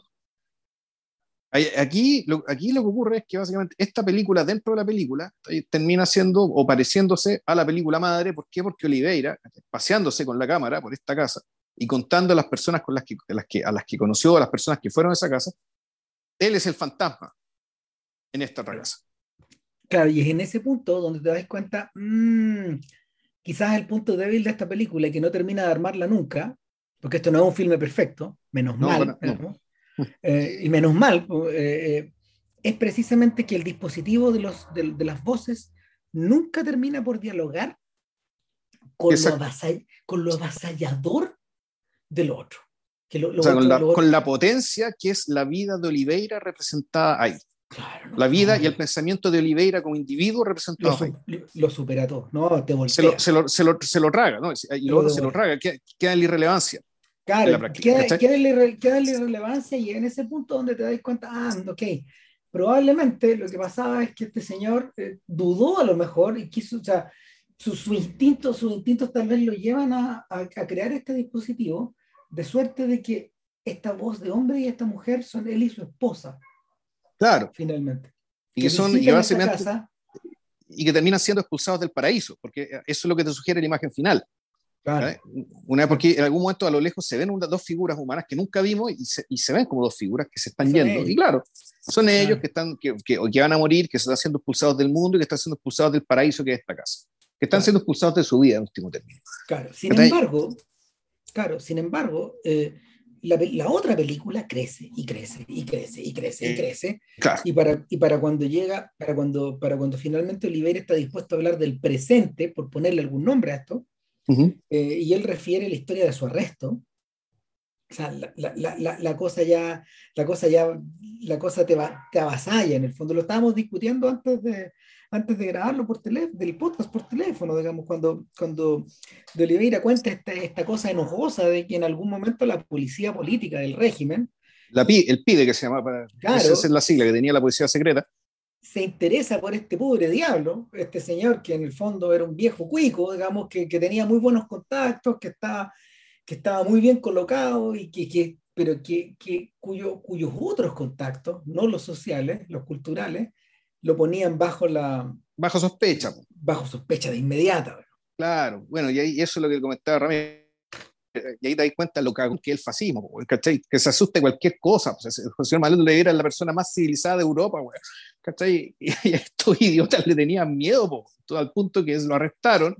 Aquí lo, aquí lo que ocurre es que básicamente esta película dentro de la película termina siendo o pareciéndose a la película madre. ¿Por qué? Porque Oliveira, paseándose con la cámara por esta casa y contando a las personas con las que, a, las que, a las que conoció, a las personas que fueron a esa casa, él es el fantasma en esta otra casa. Claro, y es en ese punto donde te das cuenta, mmm, quizás el punto débil de esta película, y que no termina de armarla nunca, porque esto no es un filme perfecto, menos No, mal, bueno, no. eh, y menos mal, eh, eh, es precisamente que el dispositivo de, los, de, de las voces nunca termina por dialogar con lo, avasall con lo avasallador del otro. Que lo, lo o sea, otro, con, la, lo... con la potencia que es la vida de Oliveira representada ahí. Claro, no, la vida no, y el pensamiento de Oliveira como individuo representado lo, ahí. lo supera todo, no, te Se lo, voltea. se lo, se lo, se lo traga, ¿no? Y lo otro se lo traga, queda, queda en la irrelevancia Claro, en la práctica. queda, queda, en la, queda en la irrelevancia, y en ese punto donde te das cuenta, ah, ok, probablemente lo que pasaba es que este señor eh, dudó a lo mejor y quiso, o sea, sus su instintos, sus instintos tal vez lo llevan a, a, a crear este dispositivo, de suerte de que esta voz de hombre y esta mujer son él y su esposa. Claro. Finalmente. Y que que son, y visiten esta básicamente, casa. Y que terminan siendo expulsados del paraíso, porque eso es lo que te sugiere la imagen final. Claro, ¿eh? Una, porque en algún momento a lo lejos se ven una, dos figuras humanas que nunca vimos, y se, y se ven como dos figuras que se están yendo. ellos. Y claro, son claro. ellos que, están, que, que, que van a morir, que se están siendo expulsados del mundo y que están siendo expulsados del paraíso que es esta casa. Que están claro. siendo expulsados de su vida en último término. Claro, sin embargo, claro, sin embargo, eh, la, la otra película crece y crece y crece y crece y Eh, crece. claro. Y para, y para cuando llega, para cuando, para cuando finalmente Oliveira está dispuesto a hablar del presente, por ponerle algún nombre a esto, Ujú. eh, y él refiere la historia de su arresto, o sea, la, la, la, la, la cosa ya, la cosa ya, la cosa te, va, te avasalla en el fondo. Lo estábamos discutiendo antes de, antes de grabarlo por teléfono, del podcast por teléfono, digamos, cuando, cuando de Oliveira cuenta esta, esta cosa enojosa de que en algún momento la policía política del régimen, La Pi- el PIDE que se llama, para, esa esa es claro, la sigla que tenía la policía secreta. se interesa por este pobre diablo, este señor que en el fondo era un viejo cuico, digamos, que, que tenía muy buenos contactos, que estaba, que estaba muy bien colocado, y que, que, pero que, que cuyo, cuyos otros contactos, no los sociales, los culturales, lo ponían bajo, la, Bajo sospecha, po. bajo sospecha de inmediata. Claro. Bueno, y ahí eso es lo que comentaba Ramírez. Y ahí te das cuenta lo cagón que es el fascismo, po, ¿cachai? Que se asuste cualquier cosa. Pues, el señor Manuel Oliveira es la persona más civilizada de Europa, güey, ¿cachai? Y, y a estos idiotas le tenían miedo, po, todo al punto que lo arrestaron,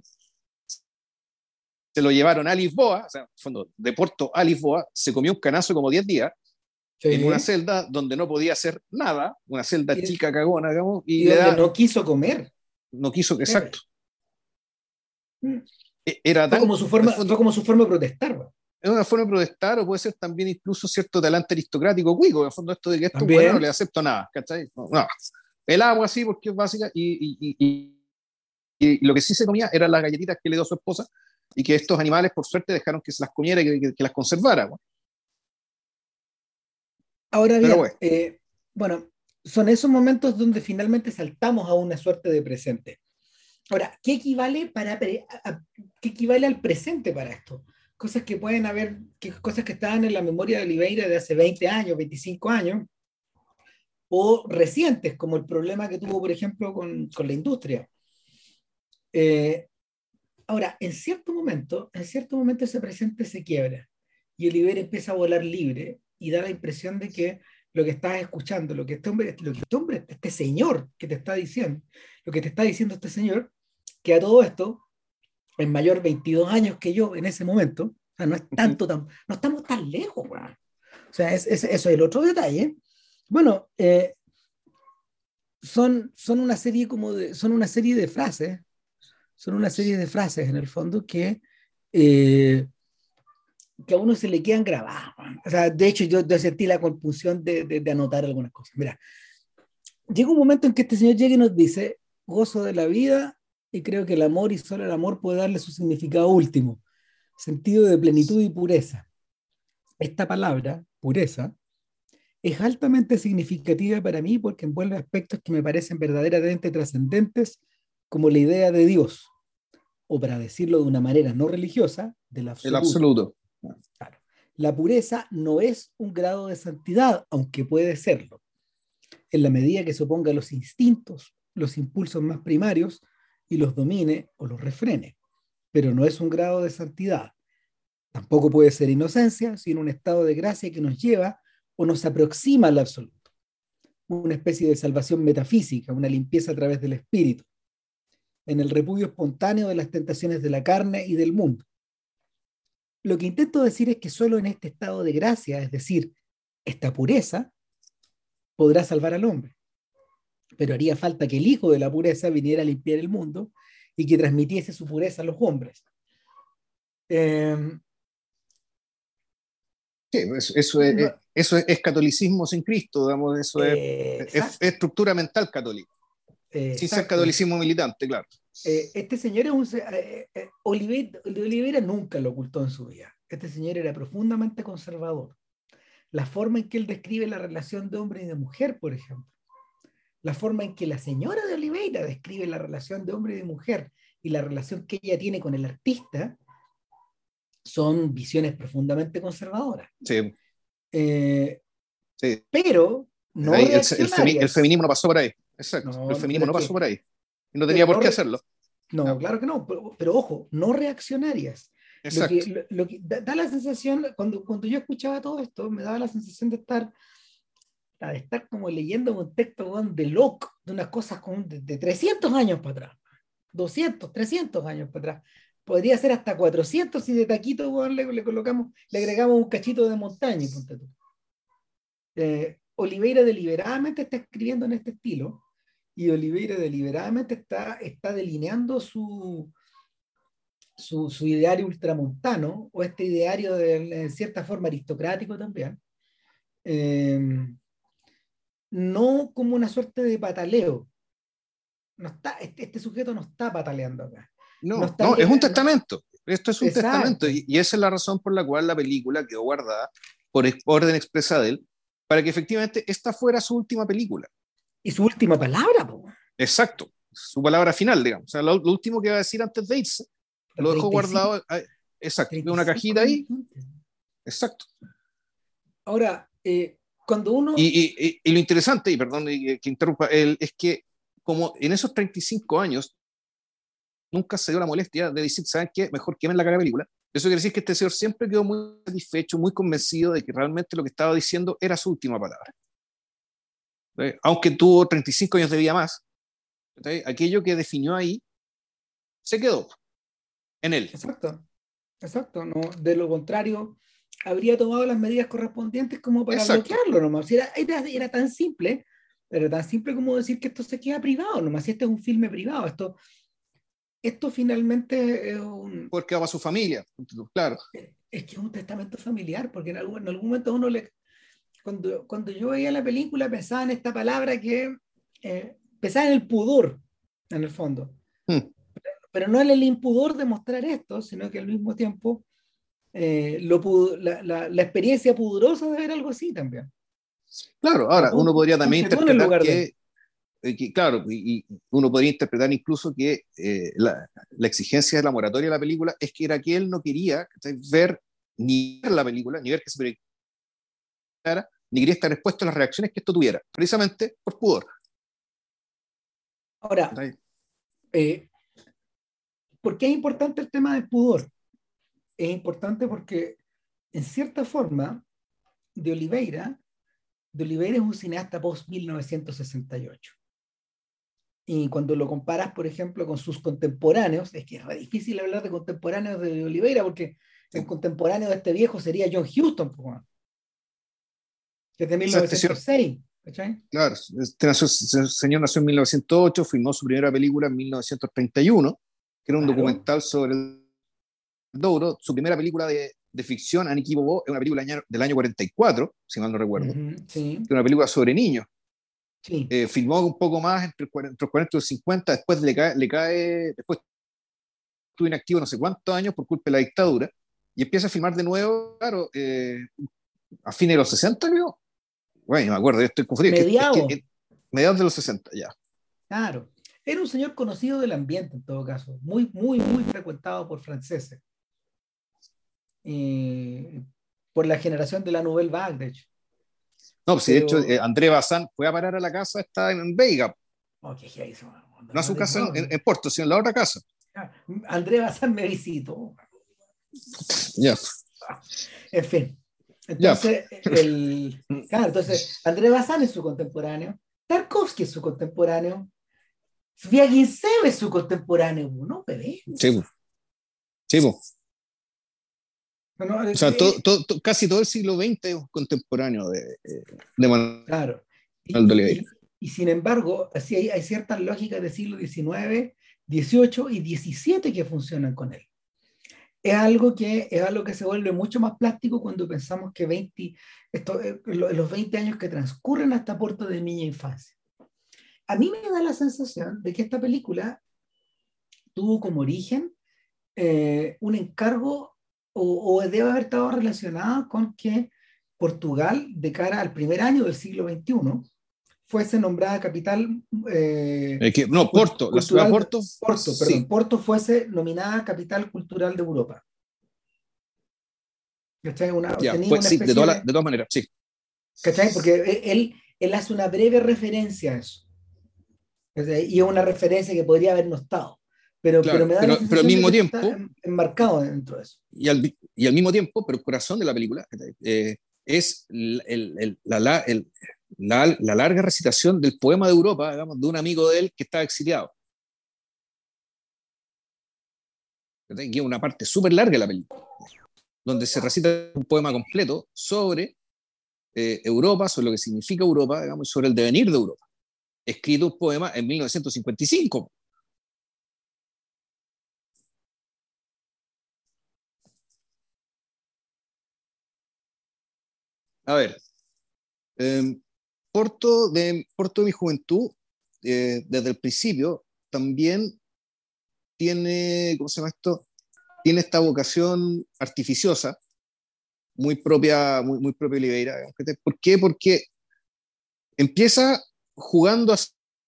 se lo llevaron a Lisboa, o sea, en el fondo, de Porto a Lisboa, se comió un canazo como diez días en una Sí. celda donde no podía hacer nada, una celda Y, chica cagona, digamos, y y le donde da, no quiso comer. no quiso, Heavy. exacto. Era Fue tan, como su en el forma, fue fondo, como su forma de protestar, ¿no? es una forma de protestar o puede ser también incluso cierto talante aristocrático cuico, en el fondo esto de que esto bueno no le También. acepto nada, ¿cachai? No, no. El agua sí porque es básica y, y, y, y, lo que sí se comía eran las galletitas que le dio su esposa y que estos animales por suerte dejaron que se las comiera y que, que, que las conservara, bueno. Ahora Pero bien, bueno, eh, bueno, son esos momentos donde finalmente saltamos a una suerte de presente. Ahora, ¿qué equivale, para, pre- a- a- ¿qué equivale al presente para esto? Cosas que pueden haber, que, cosas que estaban en la memoria de Oliveira de hace veinte años, veinticinco años, o recientes, como el problema que tuvo, por ejemplo, con, con la industria. Eh, Ahora, en cierto momento, en cierto momento ese presente se quiebra y Oliveira empieza a volar libre y da la impresión de que lo que estás escuchando, lo que este hombre, lo que este hombre, este señor que te está diciendo, lo que te está diciendo este señor, que a todo esto es mayor veintidós años que yo en ese momento, o sea, no es uh-huh. tanto, tan, no estamos tan lejos, weón. O sea, es, es, eso es el otro detalle. Bueno, eh, son, son una serie como de, son una serie de frases, son una serie de frases en el fondo que eh, que a uno se le quedan grabadas. Man. O sea, de hecho, yo, yo sentí la compulsión de, de, de, anotar algunas cosas. Mira, llega un momento en que este señor llega y nos dice, gozo de la vida y creo que el amor y solo el amor puede darle su significado último, sentido de plenitud y pureza. Esta palabra, pureza, es altamente significativa para mí porque envuelve aspectos que me parecen verdaderamente trascendentes, como la idea de Dios, o para decirlo de una manera no religiosa, del El absoluto. absoluto. Claro. La pureza no es un grado de santidad, aunque puede serlo, en la medida que se oponga a los instintos, los impulsos más primarios y los domine o los refrene, pero no es un grado de santidad. Tampoco puede ser inocencia, sino un estado de gracia que nos lleva o nos aproxima al absoluto, una especie de salvación metafísica, una limpieza a través del espíritu, en el repudio espontáneo de las tentaciones de la carne y del mundo. Lo que intento decir es que solo en este estado de gracia, es decir, esta pureza, podrá salvar al hombre. Pero haría falta que el hijo de la pureza viniera a limpiar el mundo y que transmitiese su pureza a los hombres. Eh, Sí, eso, eso, es, no, eso es, es catolicismo sin Cristo, digamos, eso es, eh, es, es exacto, estructura mental católica, eh, sin ser exacto. catolicismo militante, claro. Eh, este señor es un... Eh, eh, Oliveira, Oliveira nunca lo ocultó en su vida. Este señor era profundamente conservador. La forma en que él describe la relación de hombre y de mujer, por ejemplo, la forma en que la señora de Oliveira describe la relación de hombre y de mujer y la relación que ella tiene con el artista, son visiones profundamente conservadoras. Sí, Eh, sí. pero no Ahí el, el, femi, el, reaccionarias. feminismo no pasó por ahí, exacto. El No, no, pero feminismo es no pasó que, por ahí. Y no tenía pero por no, qué re, hacerlo. no, No, claro que no, pero, pero ojo, no reaccionarias. Lo que, exacto. lo, lo que da, da, la sensación, cuando, cuando yo escuchaba todo esto, me daba la sensación de estar, de estar como leyendo un texto de Locke, de unas cosas como de, de trescientos años para atrás, doscientos, trescientos años para atrás. podría ser hasta cuatrocientos si de taquito, weón, le, le colocamos, le agregamos un cachito de montaña, ponte tú. Eh, Oliveira deliberadamente está escribiendo en este estilo y Oliveira deliberadamente está, está delineando su, su, su ideario ultramontano o este ideario de, en cierta forma aristocrático también, eh, no como una suerte de pataleo. No está, este, este sujeto no está pataleando acá. No No, está, no, es un no, testamento. Esto es un testamento exacto. y, y esa es la razón por la cual la película quedó guardada por ex- orden expresa de él, para que efectivamente esta fuera su última película. Y su última palabra, po, Exacto, su palabra final, digamos. O sea, lo, lo último que va a decir antes de irse, lo dejó treinta y cinco, guardado, eh, exacto, en treinta y una cinco cajita años ahí, antes. exacto. Ahora, eh, cuando Y, uno, y, y, y lo interesante, y perdón que, que interrumpa, el, es que como en esos treinta y cinco años nunca se dio la molestia de decir, ¿saben qué? Mejor quemen la cara de película. Eso quiere decir que este señor siempre quedó muy satisfecho, muy convencido de que realmente lo que estaba diciendo era su última palabra. ¿Sí? Aunque tuvo treinta y cinco años de vida más, ¿sí? Aquello que definió ahí se quedó en él. exacto, exacto, no, de lo contrario, habría tomado las medidas correspondientes como para Exacto. bloquearlo nomás. Si era, era, era tan simple, pero tan simple como decir que esto se queda privado nomás, si este es un filme privado, esto, esto finalmente es un, Porque va a su familia, claro. es que es un testamento familiar, porque en algún, en algún momento uno le, cuando, cuando yo veía la película pensaba en esta palabra que, eh, pensaba en el pudor, en el fondo, Hmm. pero no en el impudor de mostrar esto, sino que al mismo tiempo eh, lo, la, la, la, experiencia pudorosa de ver algo así también. Claro, O sea, ahora uno ponte, podría también ponte tú en el interpretar lugar de él. que, eh, que claro, y, y, uno podría interpretar incluso que eh, la, la, exigencia de la moratoria de la película es que era que él no quería ver ni ver la película, ni ver que se proyectara, ni quería estar expuesto a las reacciones que esto tuviera, precisamente por pudor. Ahora, eh, ¿por qué es importante el tema del pudor? Es importante porque, en cierta forma, de Oliveira, de Oliveira es un cineasta post mil novecientos sesenta y ocho. Y cuando lo comparas, por ejemplo, con sus contemporáneos, es que es difícil hablar de contemporáneos de Oliveira, porque el contemporáneo de este viejo sería John Huston, que es de O sea, este señor, mil novecientos seis. ¿Cachai? claro, este nació, este señor nació en mil novecientos ocho, filmó su primera película en mil novecientos treinta y uno, que era un Claro. documental sobre el Douro. Su primera película de, de ficción, Aniki Bobo, es una película del año, del año cuarenta y cuatro, si mal no recuerdo, Uh-huh, sí, que es una película sobre niños. sí. Eh, filmó un poco más entre, entre los cuarenta y los cincuenta, después le cae, le cae, después estuvo inactivo no sé cuántos años por culpa de la dictadura, y empieza a filmar de nuevo, claro, eh, a fines de los sesenta, creo. Bueno, me acuerdo, yo estoy confundido, es que, es que Mediado, en mediados de los sesenta, ya. claro. Era un señor conocido del ambiente, en todo caso, muy, muy, muy frecuentado por franceses, eh, por la generación de la Nouvelle Vague, de hecho. No, pues sí, de hecho, eh, Pero, André Bazán fue a parar a la casa, está en Veiga, oh, ¿qué es eso? no a su casa en, en, No, en Porto, sino en la otra casa. André Bazán me visitó. Ya, En fin. ya. Entonces, el, claro, entonces, André Bazán es su contemporáneo, Tarkovsky es su contemporáneo, Sviagintsev es su contemporáneo, ¿no? Bebé. Sí, sí, po. No, no, O eh, sea, todo, eh, todo, todo, casi todo el siglo veinte es un contemporáneo de, eh, de Manuel claro. Y, de y, Oliveira. y, y sin embargo, así hay, hay ciertas lógicas del siglo diecinueve, dieciocho y diecisiete que funcionan con él. Es algo que, es algo que se vuelve mucho más plástico cuando pensamos que veinte, esto, eh, los veinte años que transcurren hasta Puerto de Niña Infancia. A mí me da la sensación de que esta película tuvo como origen eh, un encargo o, o debe haber estado relacionada con que Portugal, de cara al primer año del siglo veintiuno, fuese nombrada capital eh, Eh, que, no, cult- Porto, la ciudad de cultural de Porto, Porto, perdón, sí, Porto fuese nominada capital cultural de Europa. ¿Cachai? Una, ya, tenía pues una sí, de, especie toda la, de, de todas maneras, sí. ¿cachai? Porque él, él hace una breve referencia a eso. ¿Cachai? Y es una referencia que podría haber no estado. Pero, pero Claro, me da la pero, pero al sensación de que mismo eso está tiempo, en- enmarcado dentro de eso. y al, y al mismo tiempo, pero el corazón de la película eh, es el, el, el, la, el, la, la larga recitación del poema de Europa, digamos, de un amigo de él que estaba exiliado. que es una parte súper larga de la película, donde se recita un poema completo sobre eh, Europa, sobre lo que significa Europa, digamos, sobre el devenir de Europa. Escrito un poema en mil novecientos cincuenta y cinco. A ver, eh, Porto, de, Porto de mi juventud, eh, desde el principio, también tiene, ¿cómo se llama esto? Tiene esta vocación artificiosa, muy propia, muy, muy propia de Oliveira. ¿Por qué? Porque empieza jugando a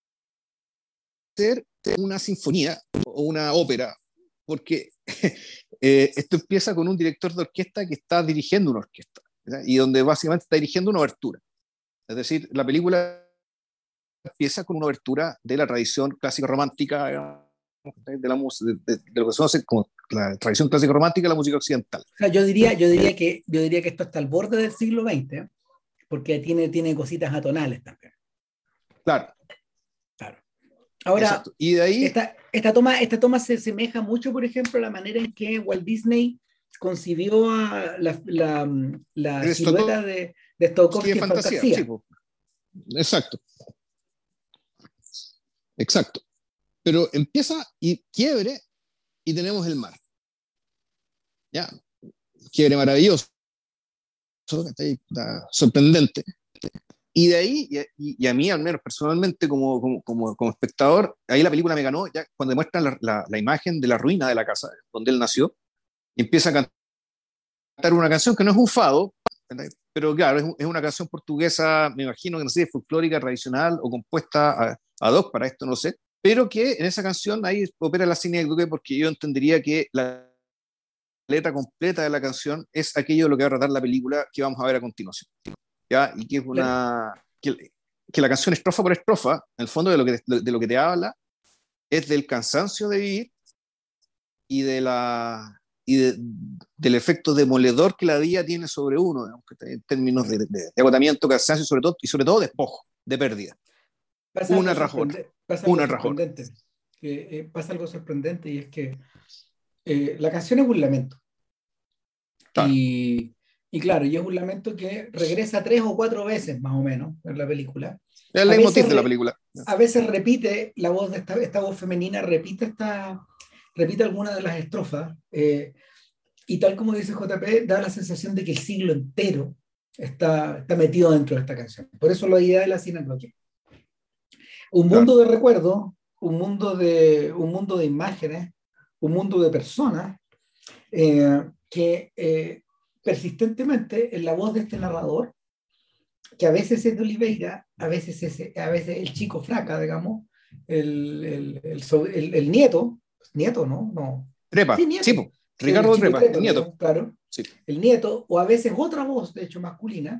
ser una sinfonía o una ópera, porque eh, esto empieza con un director de orquesta que está dirigiendo una orquesta, ¿verdad? Y donde básicamente está dirigiendo una obertura. Es decir, la película empieza con una obertura de la tradición clásica romántica, de, la, de, de, de lo que se conoce como la tradición clásica romántica de la música occidental. O sea, yo diría, yo diría que, yo diría que esto está al borde del siglo veinte, ¿eh? Porque tiene, tiene cositas atonales también. Claro. Claro. Ahora, exacto. Y de ahí, esta, esta, toma, esta toma se asemeja mucho, por ejemplo, a la manera en que Walt Disney concibió a la, la, la silueta de, de Stokowski en fantasía. fantasía. Sí, pues. Exacto. Exacto. Pero empieza y quiebre y tenemos el mar. ¿Ya? Quiebre maravilloso, sorprendente. Y de ahí, y, y a mí al menos personalmente como, como, como, como espectador, ahí la película me ganó, ya cuando muestran la, la, la imagen de la ruina de la casa donde él nació, y empieza a cantar una canción que no es un fado, pero claro, es, es una canción portuguesa, me imagino que no sé, folclórica, tradicional o compuesta a, ad hoc para esto, no sé, pero que en esa canción ahí opera la sinécdoque, porque yo entendería que la letra completa de la canción es aquello de lo que va a tratar la película que vamos a ver a continuación. ¿Ya? Y que es una que, que la canción estrofa por estrofa, en el fondo de lo que, de, de lo que te habla es del cansancio de vivir y de la y de, del efecto demoledor que la vida tiene sobre uno, digamos, en términos de, de, de agotamiento, cansancio y sobre todo, y sobre todo despojo, de pérdida. Pasa una algo, rajón, pasa algo una sorprendente. rajón. Que, eh, pasa algo sorprendente y es que eh, la canción es un lamento. Claro. Y, y claro, y es un lamento que regresa tres o cuatro veces más o menos en la película. Es el leitmotiv de la película. A veces repite la voz de esta, esta voz femenina, repite, esta, repite alguna de las estrofas. Eh, y tal como dice J P, da la sensación de que el siglo entero está, está metido dentro de esta canción. Por eso la idea de la cinematografía. Un mundo claro. de recuerdos, un mundo de, un mundo de imágenes, un mundo de personas eh, que eh, persistentemente en la voz de este narrador, que a veces es de Oliveira, a veces es a veces el chico fraca, digamos, el, el, el, el, el nieto, nieto, ¿no? no. Trepa, sí, nieto. Sí, Ricardo el Trepa, Trepa, el nieto. Digamos, claro. Sí. El nieto, o a veces otra voz, de hecho masculina,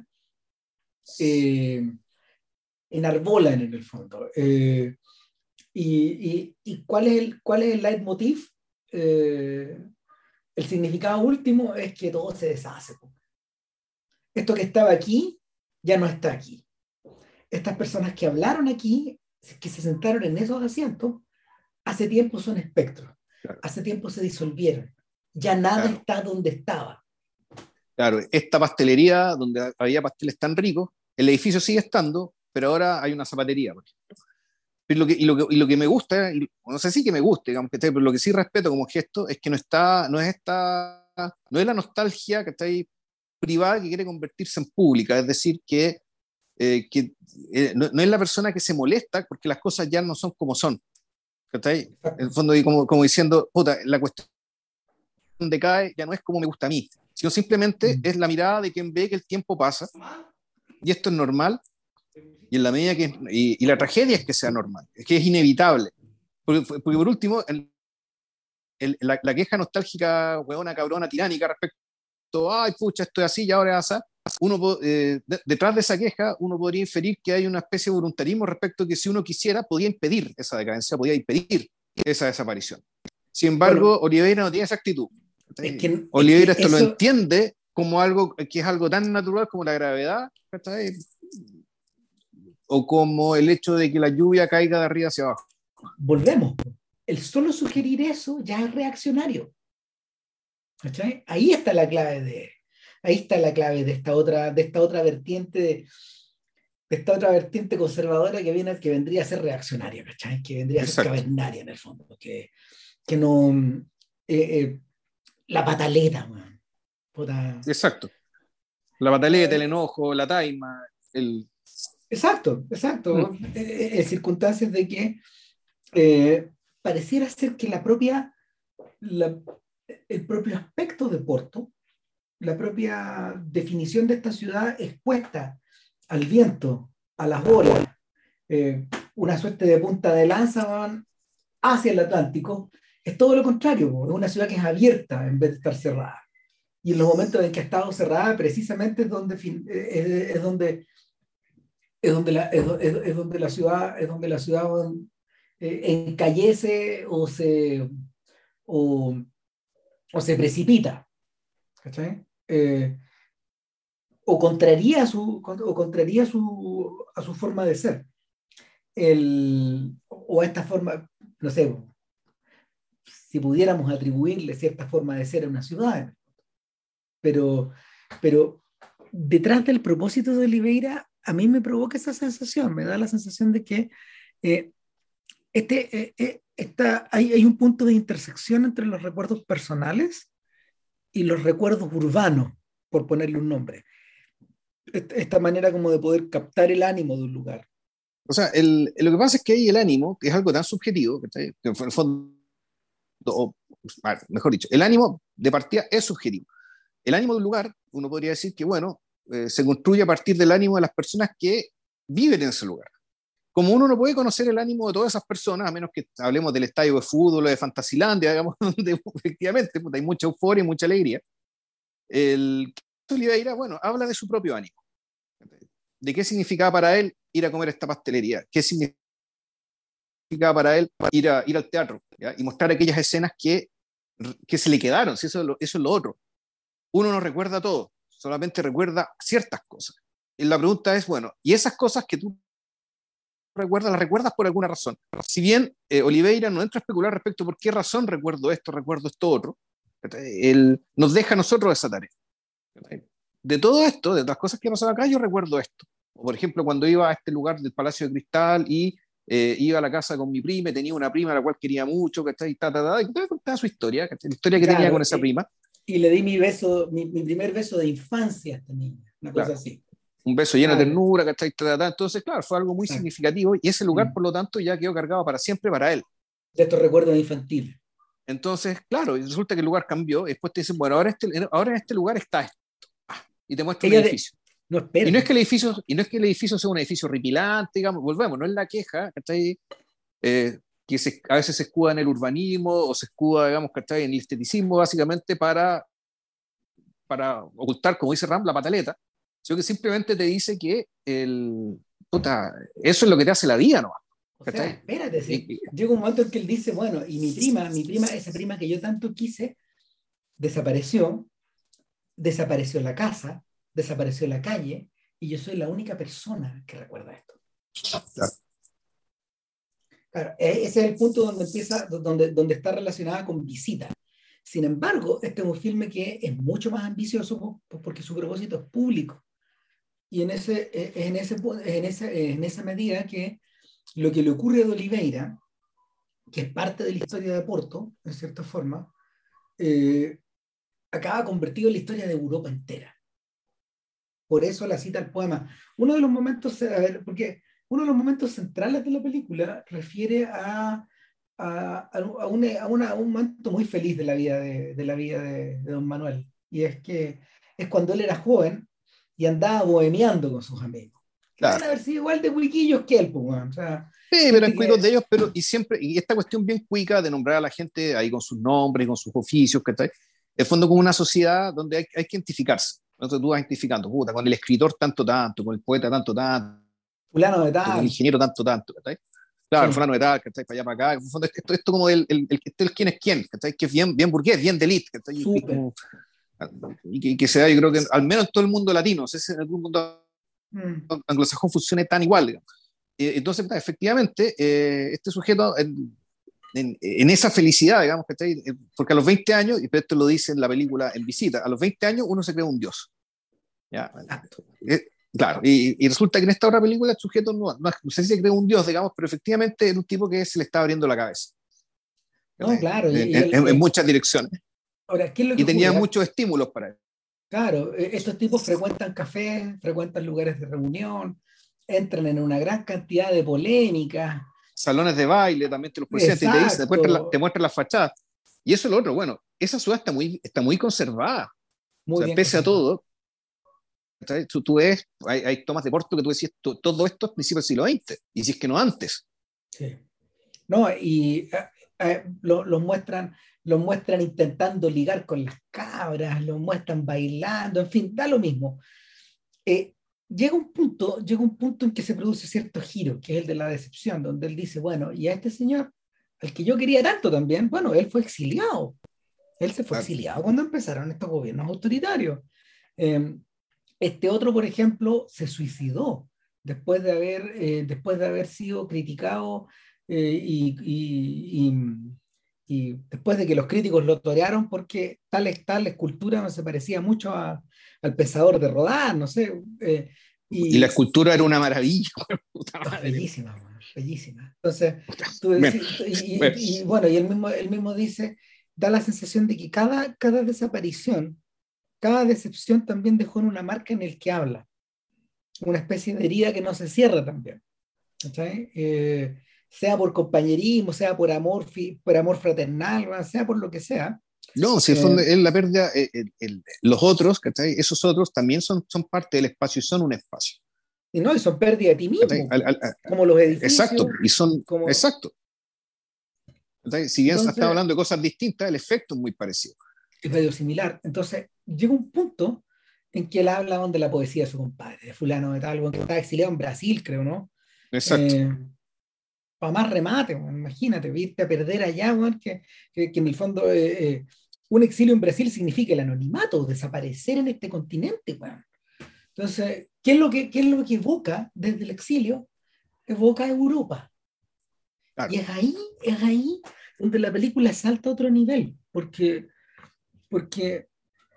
eh, enarbolan en el fondo. Eh, y, y, y cuál es el, cuál es el leitmotiv? Eh, el significado último es que todo se deshace. Esto que estaba aquí ya no está aquí. Estas personas que hablaron aquí, que se sentaron en esos asientos, hace tiempo son espectros. Claro. Hace tiempo se disolvieron. Ya nada claro. está donde estaba. Claro, esta pastelería donde había pasteles tan ricos, el edificio sigue estando, pero ahora hay una zapatería, por ejemplo. Y lo que, y lo que, y lo que me gusta, y no sé si que me guste, digamos, que pero lo que sí respeto como gesto es que no está, no es esta, no es la nostalgia que está ahí privada que quiere convertirse en pública, es decir, que, eh, que eh, no, no es la persona que se molesta porque las cosas ya no son como son. ¿Está ahí? En el fondo, como, como diciendo, puta, la cuestión decae, ya no es como me gusta a mí, sino simplemente mm. es la mirada de quien ve que el tiempo pasa y esto es normal. Y en la medida que y, y la tragedia es que sea normal, es que es inevitable. Porque, porque por último, el, el, la, la queja nostálgica, huevona, cabrona, tiránica respecto, ay, pucha, esto es así y ahora es así, uno, eh, de, detrás de esa queja uno podría inferir que hay una especie de voluntarismo respecto a que si uno quisiera, podía impedir esa decadencia, podía impedir esa desaparición. Sin embargo, bueno, Oliveira no tiene esa actitud. Es que, Oliveira es que esto eso... lo entiende como algo que es algo tan natural como la gravedad, ¿está? O como el hecho de que la lluvia caiga de arriba hacia abajo. Volvemos. El solo sugerir eso ya es reaccionario. ¿Cachai? Ahí está la clave de, ahí está la clave de esta otra, de esta otra vertiente, de, de esta otra vertiente conservadora que viene, que vendría a ser reaccionaria, ¿cachai? Que vendría a ser Exacto, cavernaria en el fondo, que, que no, eh, eh, la pataleta, man. Puta. exacto. La pataleta, el Eh, enojo, la taima, el... exacto, exacto. Mm, Eh, en circunstancias de que eh, pareciera ser que la propia, la- el propio aspecto de Porto, la propia definición de esta ciudad expuesta al viento, a las olas, eh, una suerte de punta de lanza van hacia el Atlántico, es todo lo contrario, po. Es una ciudad que es abierta en vez de estar cerrada. Y en los momentos en que ha estado cerrada, precisamente es donde, fin- es, es donde, es donde, la, es, es- es donde la ciudad, es donde la ciudad eh, encallece o se, o, o se precipita, ¿cachai? Eh, o contraría, su, o contraría su, a su forma de ser. El, o a esta forma, no sé, si pudiéramos atribuirle cierta forma de ser a una ciudad, pero, pero detrás del propósito de Oliveira, a mí me provoca esa sensación, me da la sensación de que eh, este, eh, eh, esta, hay, hay un punto de intersección entre los recuerdos personales y los recuerdos urbanos, por ponerle un nombre. Esta manera como de poder captar el ánimo de un lugar. o sea, el, lo que pasa es que ahí el ánimo, que es algo tan subjetivo, ¿cachai? Que en el fondo, o, a ver, mejor dicho, el ánimo de partida es subjetivo. El ánimo de un lugar, uno podría decir que, bueno, eh, se construye a partir del ánimo de las personas que viven en ese lugar. Como uno no puede conocer el ánimo de todas esas personas, a menos que hablemos del estadio de fútbol o de Fantasilandia, digamos, donde efectivamente pues, hay mucha euforia y mucha alegría, el Oliveira, bueno, habla de su propio ánimo. ¿De qué significaba para él ir a comer esta pastelería? ¿Qué significaba para él ir, a, ir al teatro? ¿Ya? Y mostrar aquellas escenas que, que se le quedaron, si eso, es lo, eso es lo otro. Uno no recuerda todo, solamente recuerda ciertas cosas. Y la pregunta es, bueno, ¿y esas cosas que tú recuerdas, las recuerdas por alguna razón? Si bien eh, Oliveira no entra a especular respecto a por qué razón recuerdo esto, recuerdo esto otro, él nos deja a nosotros esa tarea. De todo esto, de las cosas que pasaban acá, yo recuerdo esto. O, por ejemplo, cuando iba a este lugar del Palacio de Cristal y eh, iba a la casa con mi prima, tenía una prima a la cual quería mucho, ¿cachai? Ta, ta, ta, y te contaba su historia, ¿cachai? La historia que tenía con Claro, esa y, prima. y le di mi beso, mi, mi, primer beso de infancia a esta niña, una cosa Claro, así. un beso lleno de Claro, ternura, ¿cachai? Ta, ta, ta. Entonces, claro, fue algo muy exacto. significativo y ese lugar, Mm. por lo tanto, ya quedó cargado para siempre para él. De estos recuerdos infantiles. Entonces, claro, y resulta que el lugar cambió y después te dicen, bueno, ahora, este, ahora en este lugar está esto. Ah, y te muestra un Ella de, edificio. no, Y no es espérate. que el edificio, y no es que el edificio sea un edificio ripilante, digamos, volvemos, no es la queja, ¿cachai? Eh, que se, a veces se escuda en el urbanismo o se escuda, digamos, ¿cachai? En el esteticismo, básicamente para, para ocultar, como dice Ram, la pataleta, sino que simplemente te dice que el, puta, eso es lo que te hace la vida, ¿no? O sea, ¿Cachai? espérate, Y, sí. y, Llega un momento en que él dice, bueno, y mi prima, mi prima, esa prima que yo tanto quise, desapareció, desapareció la casa, desapareció la calle, y yo soy la única persona que recuerda esto. claro, Claro, e- ese es el punto donde empieza, donde, donde está relacionada con visita. Sin embargo, este es un filme que es mucho más ambicioso po- porque su propósito es público. Y en, ese, eh, en, ese, pu- en, esa, en esa medida que lo que le ocurre a Oliveira, que es parte de la historia de Porto, en cierta forma, eh, acaba convertido en la historia de Europa entera. Por eso la cita al poema. Uno de los momentos, a ver, porque uno de los momentos centrales de la película refiere a, a, a, un, a, una, a un momento muy feliz de la vida de, de la vida de, de Don Manuel. Y es que es cuando él era joven y andaba bohemiando con sus amigos, que deben claro. haber sido igual de cuiquillos que él, pues, bueno. O sea, Sí, pero en gente cuicos de que, ellos, pero y siempre, y esta cuestión bien cuica de nombrar a la gente ahí con sus nombres y con sus oficios, ¿cachai? En fondo como una sociedad donde hay, hay que identificarse. Entonces tú vas identificando, puta, con el escritor tanto, tanto, con el poeta tanto, tanto, fulano de con el tal, ingeniero tanto, tanto, ¿cachai? Claro, sí, fulano de tal, ¿cachai? Para allá, para acá. En fondo, esto, esto como el, el, el, el quién es quién, ¿cachai? Que es bien, bien burgués, bien de elite, ¿cachai? Y, súper. como, y, que, y que se da, yo creo que al menos en todo el mundo latino, no sé si en algún mundo Mm. anglosajón funcione tan igual, digamos. Eh, entonces, efectivamente, eh, este sujeto, el, en, en esa felicidad, digamos, ¿cachai? Porque a los veinte años, y esto lo dice en la película En Visita, a los veinte años uno se cree un dios. ¿Ya? Eh, claro, y, y resulta que en esta otra película el sujeto no, no, no sé si se cree un dios, digamos, pero efectivamente era un tipo que se le estaba abriendo la cabeza. No, claro, y, En, y en, el, en el- muchas direcciones. ahora, ¿qué es lo que Y tenía ocurre? Ah, muchos estímulos para él. claro, eh, estos tipos frecuentan cafés, frecuentan lugares de reunión, entran en una gran cantidad de polémicas. Salones de baile también te los presentan y te dicen, te muestran, la, te Exacto, muestran las fachadas. Y eso es lo otro, bueno, esa ciudad está muy, está muy conservada. O muy sea, bien pese a conservado. todo, tú, tú ves, hay, hay, tomas de Porto que tú decís, todo, todo esto es principio del siglo veinte, y si es que no antes. Sí. No, y eh, eh, lo, los muestran, los muestran intentando ligar con las cabras, los muestran bailando, en fin, da lo mismo. Eh, llega un punto, llega un punto en que se produce cierto giro, que es el de la decepción, donde él dice, bueno, y a este señor, al que yo quería tanto también, bueno, él fue exiliado. Él se fue Claro. exiliado cuando empezaron estos gobiernos autoritarios. Eh, este otro, por ejemplo, se suicidó después de haber, eh, después de haber sido criticado eh, y, y, y, y, después de que los críticos lo torearon porque tal, tal escultura no se parecía mucho a, al Pensador de Rodin, no sé. Eh, Y la y escultura era una maravilla. Puta oh, madre. bellísima, man, bellísima. Entonces, tú Bueno, decís, y, bueno, y, y, bueno, y él mismo, él mismo dice, da la sensación de que cada, cada desaparición, cada decepción también dejó en una marca en el que habla, una especie de herida que no se cierra también, ¿cachai? Eh, sea por compañerismo, sea por amor, fi- por amor fraternal, ¿verdad? Sea por lo que sea. no, si Eh, es la pérdida, eh, el, el, los otros, ¿cachai? Esos otros también son, son parte del espacio y son un espacio. y no, y son pérdida de ti ¿Cachai? mismo, Al, al, al, como los exacto, edificios, y son, como... exacto. ¿Cachai? Si bien estamos Entonces, hablando de cosas distintas, el efecto es muy parecido. es medio similar. Entonces, llega un punto en que él habla de la poesía de su compadre, de fulano de tal, bueno, que está exiliado en Brasil, creo, ¿no? Exacto. Eh, para más remate, bueno, imagínate, viste a perder allá, bueno, que, que, que, en el fondo eh, eh, un exilio en Brasil significa el anonimato, desaparecer en este continente. Bueno. Entonces, ¿qué es, lo que, ¿qué es lo que evoca desde el exilio? Evoca Europa. Claro. Y es ahí, es ahí donde la película salta a otro nivel, porque, porque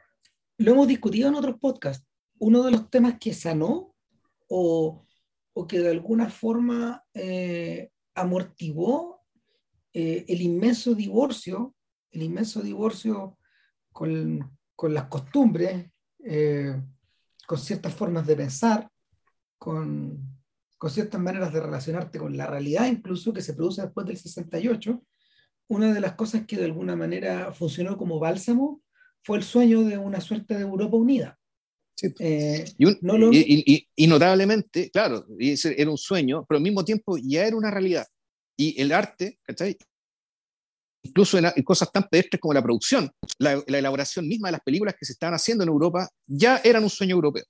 lo hemos discutido en otros podcasts. Uno de los temas que sanó o, o que de alguna forma eh, amortiguó eh, el inmenso divorcio, el inmenso divorcio con, con las costumbres, eh, con ciertas formas de pensar, con, con ciertas maneras de relacionarte con la realidad, incluso que se produce después del sesenta y ocho. Una de las cosas que de alguna manera funcionó como bálsamo fue el sueño de una suerte de Europa unida. Sí. Eh, Y, un, no lo, y, y, y, notablemente, claro, ese era un sueño, pero al mismo tiempo ya era una realidad. Y el arte, ¿cachai? Incluso en, en cosas tan pedestres como la producción, la, la, elaboración misma de las películas que se estaban haciendo en Europa, ya eran un sueño europeo.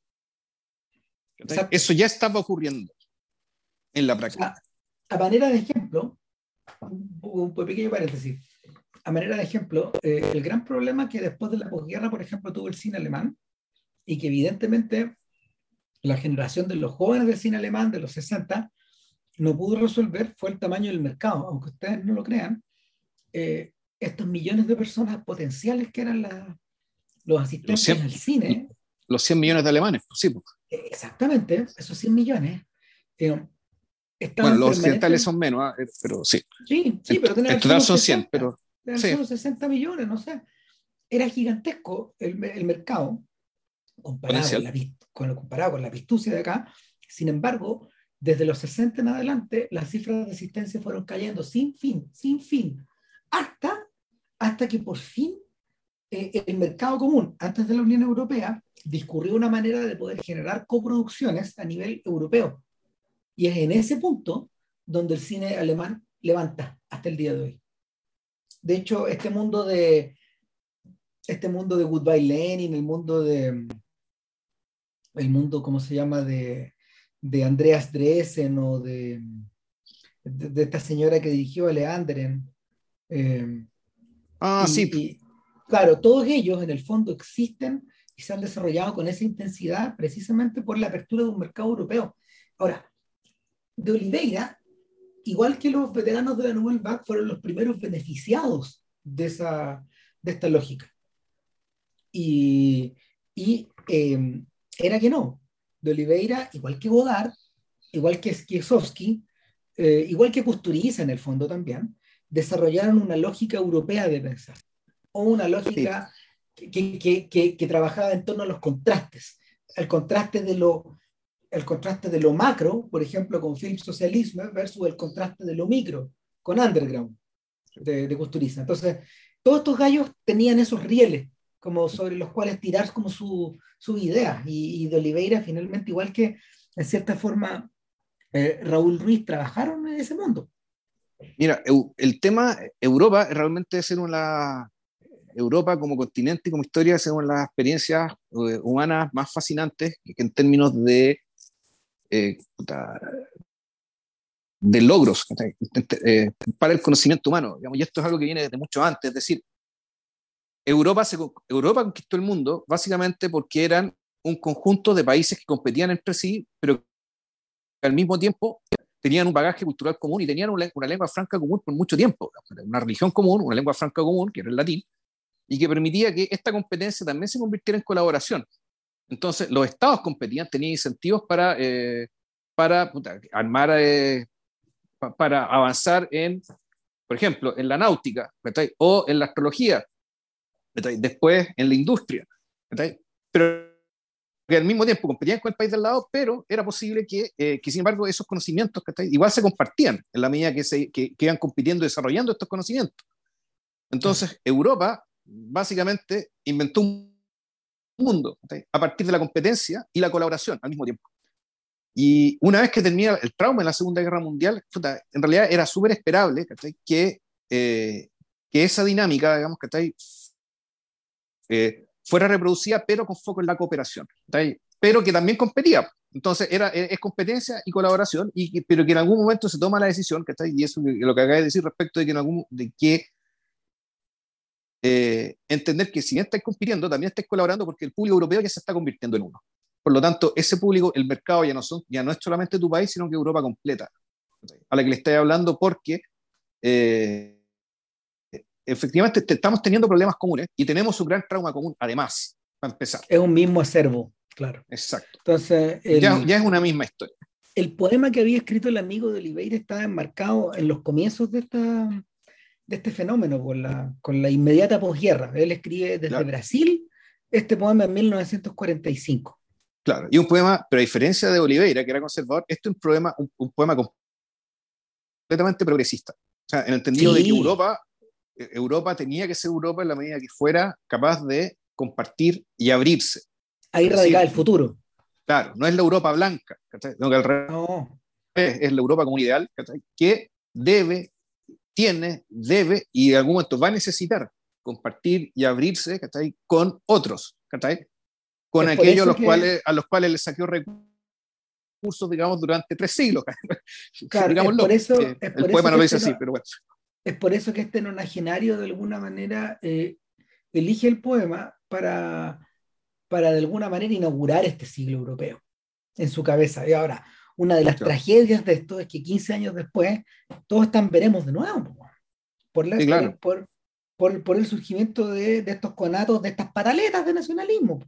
¿Cachai? exacto. Eso ya estaba ocurriendo en la O sea, práctica. a manera de ejemplo, un, un pequeño paréntesis, a manera de ejemplo, eh, el gran problema que después de la posguerra, por ejemplo, tuvo el cine alemán y que evidentemente la generación de los jóvenes del cine alemán de los sesenta no pudo resolver fue el tamaño del mercado, aunque ustedes no lo crean, eh, estos millones de personas potenciales que eran la, los Los asistentes cien, al cine, los cien millones de alemanes, pues sí. Pues. eh, exactamente, esos cien millones, eh, Bueno, estaban los occidentales permanentes, son menos, ¿eh? Pero sí. sí, sí, En, pero en tenían total solo son cien, sesenta, pero eran sí. solo sesenta millones, no sé, era gigantesco el, el mercado comparado con, Potencial. la, con, lo comparado con la pistucia de acá. Sin embargo, desde los sesenta en adelante, las cifras de asistencia fueron cayendo sin fin, sin fin, hasta, hasta que por fin eh, el mercado común, antes de la Unión Europea, discurrió una manera de poder generar coproducciones a nivel europeo. Y es en ese punto donde el cine alemán levanta hasta el día de hoy. De hecho, este mundo de, este mundo de Goodbye Lenin, el mundo de, el mundo, ¿cómo se llama?, de, de Andreas Dresen o de, de, de esta señora que dirigió a Leandren. Eh, Ah, sí. y, y, claro, todos ellos en el fondo existen y se han desarrollado con esa intensidad precisamente por la apertura de un mercado europeo. Ahora, de Oliveira igual que los veteranos de la Nouvelle Vague fueron los primeros beneficiados de, esa, de esta lógica. Y, y eh, era que no. De Oliveira, igual que Godard, igual que Kieslowski, eh, igual que Kusturica en el fondo también, desarrollaron una lógica europea de pensar, o una Sí. lógica que, que, que, que trabajaba en torno a los contrastes, el contraste de lo, el contraste de lo macro, por ejemplo, con Film Socialismo, versus el contraste de lo micro, con Underground, de, de Kusturica. Entonces, todos estos gallos tenían esos rieles como sobre los cuales tirar como su, su idea, y, y de Oliveira finalmente, igual que en cierta forma eh, Raúl Ruiz, trabajaron en ese mundo. Mira, el tema Europa realmente es ser una Europa como continente y como historia es una de las experiencias eh, humanas más fascinantes que en términos de eh, de logros eh, para el conocimiento humano, digamos, y esto es algo que viene desde mucho antes, es decir, Europa, se, Europa conquistó el mundo básicamente porque eran un conjunto de países que competían entre sí, pero que al mismo tiempo tenían un bagaje cultural común y tenían una, una lengua franca común por mucho tiempo, una religión común, una lengua franca común, que era el latín, y que permitía que esta competencia también se convirtiera en colaboración. Entonces, los estados competían, tenían incentivos para, eh, para puta, armar, eh, pa, para avanzar en, por ejemplo, en la náutica, ¿sí? O en la astrología, ¿sí? Después en la industria, ¿sí? Pero que al mismo tiempo competían con el país del lado, pero era posible que, eh, que sin embargo, esos conocimientos ¿sí? Igual se compartían en la medida que, se, que, que iban compitiendo y desarrollando estos conocimientos. Entonces, claro. Europa básicamente inventó un mundo ¿sí? A partir de la competencia y la colaboración al mismo tiempo. Y una vez que termina el trauma en la Segunda Guerra Mundial, puta, en realidad era súper esperable ¿sí? que, eh, que esa dinámica, digamos, ¿sí? eh, fuera reproducida, pero con foco en la cooperación, ¿sí? Pero que también competía. Entonces, era, es competencia y colaboración, y, pero que en algún momento se toma la decisión, ¿sí? Y eso es lo que acabé de decir respecto de que, en algún, de que eh, entender que si bien estáis compitiendo, también estáis colaborando porque el público europeo ya se está convirtiendo en uno. Por lo tanto, ese público, el mercado ya no, son, ya no es solamente tu país, sino que Europa completa, ¿sí? A la que le estáis hablando porque eh, efectivamente te, estamos teniendo problemas comunes y tenemos un gran trauma común, además, para empezar. Es un mismo acervo, claro. Exacto. Entonces, el, ya, ya es una misma historia. El poema que había escrito el amigo de Oliveira estaba enmarcado en los comienzos de, esta, de este fenómeno, con la, con la inmediata posguerra. Él escribe desde claro. Brasil este poema en mil novecientos cuarenta y cinco. Claro, y un poema, pero a diferencia de Oliveira, que era conservador, este es un, poema, un, un poema completamente progresista. O sea, en el entendido sí. de que Europa, Europa tenía que ser Europa en la medida que fuera capaz de compartir y abrirse. Ahí radicaba el futuro. Claro, no es la Europa blanca, ¿cachai? No, que al revés no. es la Europa como un ideal, ¿cachai? Que debe, tiene, debe y en algún momento va a necesitar compartir y abrirse, ¿cachai? Con otros, ¿cachai? Con es aquellos a los, que... cuales, a los cuales les saqueó recursos, digamos, durante tres siglos. Claro, digámoslo. Es por eso, eh, es el por poema eso no lo dice este así, pero bueno. Es por eso que este nonagenario, de alguna manera, eh, elige el poema para, para, de alguna manera, inaugurar este siglo europeo en su cabeza. Y ahora, una de las claro. tragedias de esto es que quince años después, todos están veremos de nuevo, por, la, sí, claro. por, por, por el surgimiento de, de estos conatos, de estas pataletas de nacionalismo.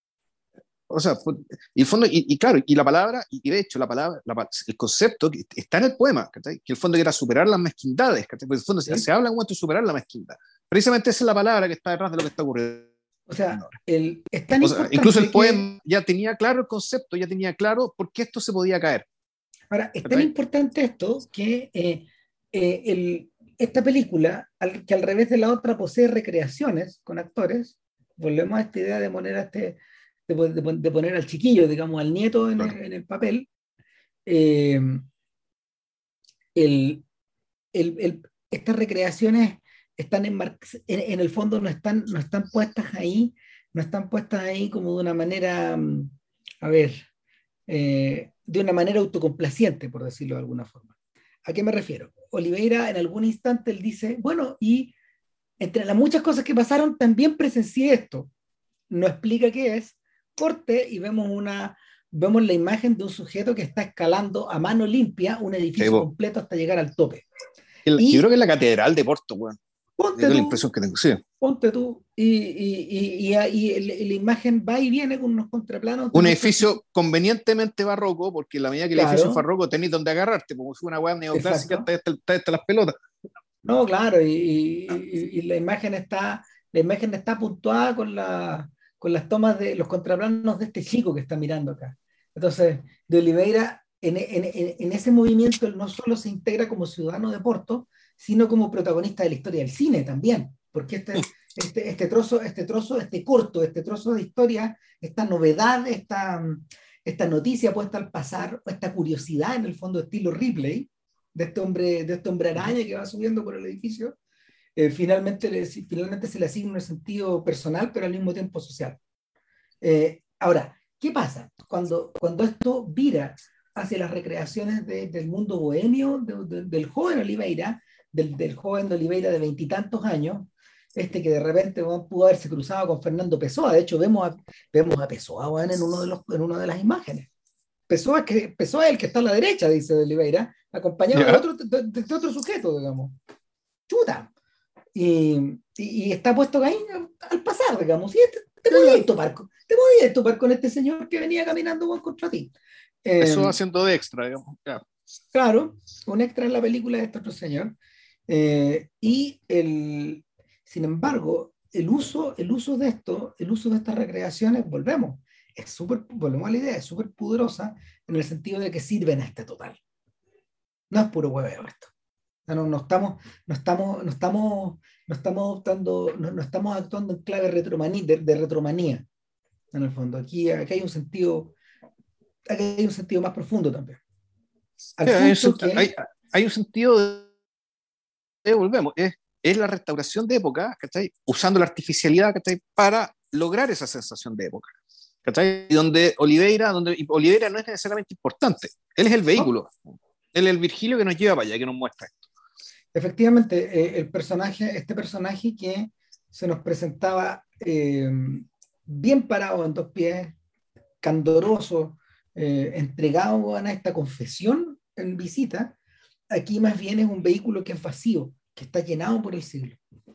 O sea, y, fondo, y, y claro, y la palabra, y de hecho la palabra, la, el concepto que está en el poema, ¿cachai? Que el fondo era superar las mezquindades, ¿cachai? Porque el fondo ¿sí? se habla en cuanto a superar la mezquindad. Precisamente esa es la palabra que está detrás de lo que está ocurriendo. O sea, el, es tan o sea incluso el que... poema ya tenía claro el concepto, ya tenía claro por qué esto se podía caer. Ahora, es ¿cachai? Tan importante esto que eh, eh, el, esta película, al, que al revés de la otra posee recreaciones con actores, volvemos a esta idea de poner a este... De, de, de poner al chiquillo, digamos, al nieto en, claro. el, en el papel, eh, el, el, el, estas recreaciones están en, en, en el fondo no están, no están puestas ahí, no están puestas ahí como de una manera, a ver, eh, de una manera autocomplaciente, por decirlo de alguna forma. ¿A qué me refiero? Oliveira en algún instante él dice, bueno, y entre las muchas cosas que pasaron también presencié esto. No explica qué es, corte y vemos una, vemos la imagen de un sujeto que está escalando a mano limpia un Sí, edificio po. completo hasta llegar al tope. El- yo creo que Y es la catedral de Porto, weón. Es ponte la tú, impresión que tengo. Sí. ponte tú, y, y, y, y, y el- y la imagen va y viene con unos contraplanos de Un unos personajes. edificio convenientemente barroco, porque en la medida que el edificio es Claro, barroco tenéis donde agarrarte, como si una weá neoclásica exacto. está hasta, está hasta las pelotas. No, claro, y, y- y- y la imagen está, la imagen está puntuada con la, con las tomas de los contraplanos de este chico que está mirando acá. Entonces, de Oliveira, en, en- en- en ese movimiento, él no solo se integra como ciudadano de Porto, sino como protagonista de la historia del cine también, porque este, este, este trozo, este trozo, este corto, este trozo de historia, esta novedad, esta, esta noticia puesta al pasar, o esta curiosidad en el fondo estilo Ripley, de este hombre, de este hombre araña que va subiendo por el edificio, eh, finalmente, le, finalmente se le asigna un sentido personal, pero al mismo tiempo social. Eh, ahora, ¿qué pasa? Cuando, cuando esto vira hacia las recreaciones de, del mundo bohemio, de, de, del joven Oliveira, del, del joven de Oliveira de veintitantos años, este que de repente bueno, pudo haberse cruzado con Fernando Pessoa. De hecho, vemos a, vemos a Pessoa bueno, en, uno de los, en una de las imágenes. Pessoa, que, Pessoa es el que está a la derecha, dice de Oliveira, acompañado de ¿Ya? otro, de, de otro sujeto, digamos. Chuta. Y, y, y está puesto ahí al pasar, digamos. Y te, te Sí, podías claro. topar, con- te podías topar con este señor que venía caminando bueno, contra ti. Eso Eh, haciendo de extra, digamos. Ya. claro, un extra en la película de este otro señor. Eh, y el, sin embargo, el uso, el uso de esto, el uso de estas recreaciones, volvemos, es súper, volvemos a la idea, es súper poderosa en el sentido de que sirven a este total. No es puro hueveo esto. O sea, no, no estamos, no estamos, no estamos, no estamos adoptando, no, no estamos actuando en clave retromanía, de, de retromanía, en el fondo. Aquí, aquí hay un sentido, aquí hay un sentido más profundo también. Sí, Al hay, un punto sen- que, hay- hay un sentido de, de- volvemos, es, es la restauración de época, ¿cachai? Usando la artificialidad, ¿cachai? Para lograr esa sensación de época, ¿cachai? Y donde Oliveira, donde y Oliveira no es necesariamente importante, él es el ¿no? vehículo, él es el Virgilio que nos lleva para allá, que nos muestra. Efectivamente, eh, el personaje, este personaje que se nos presentaba eh, bien parado en dos pies, candoroso, eh, entregado a esta confesión en visita, aquí más bien es un vehículo que es vacío, que está llenado por el siglo.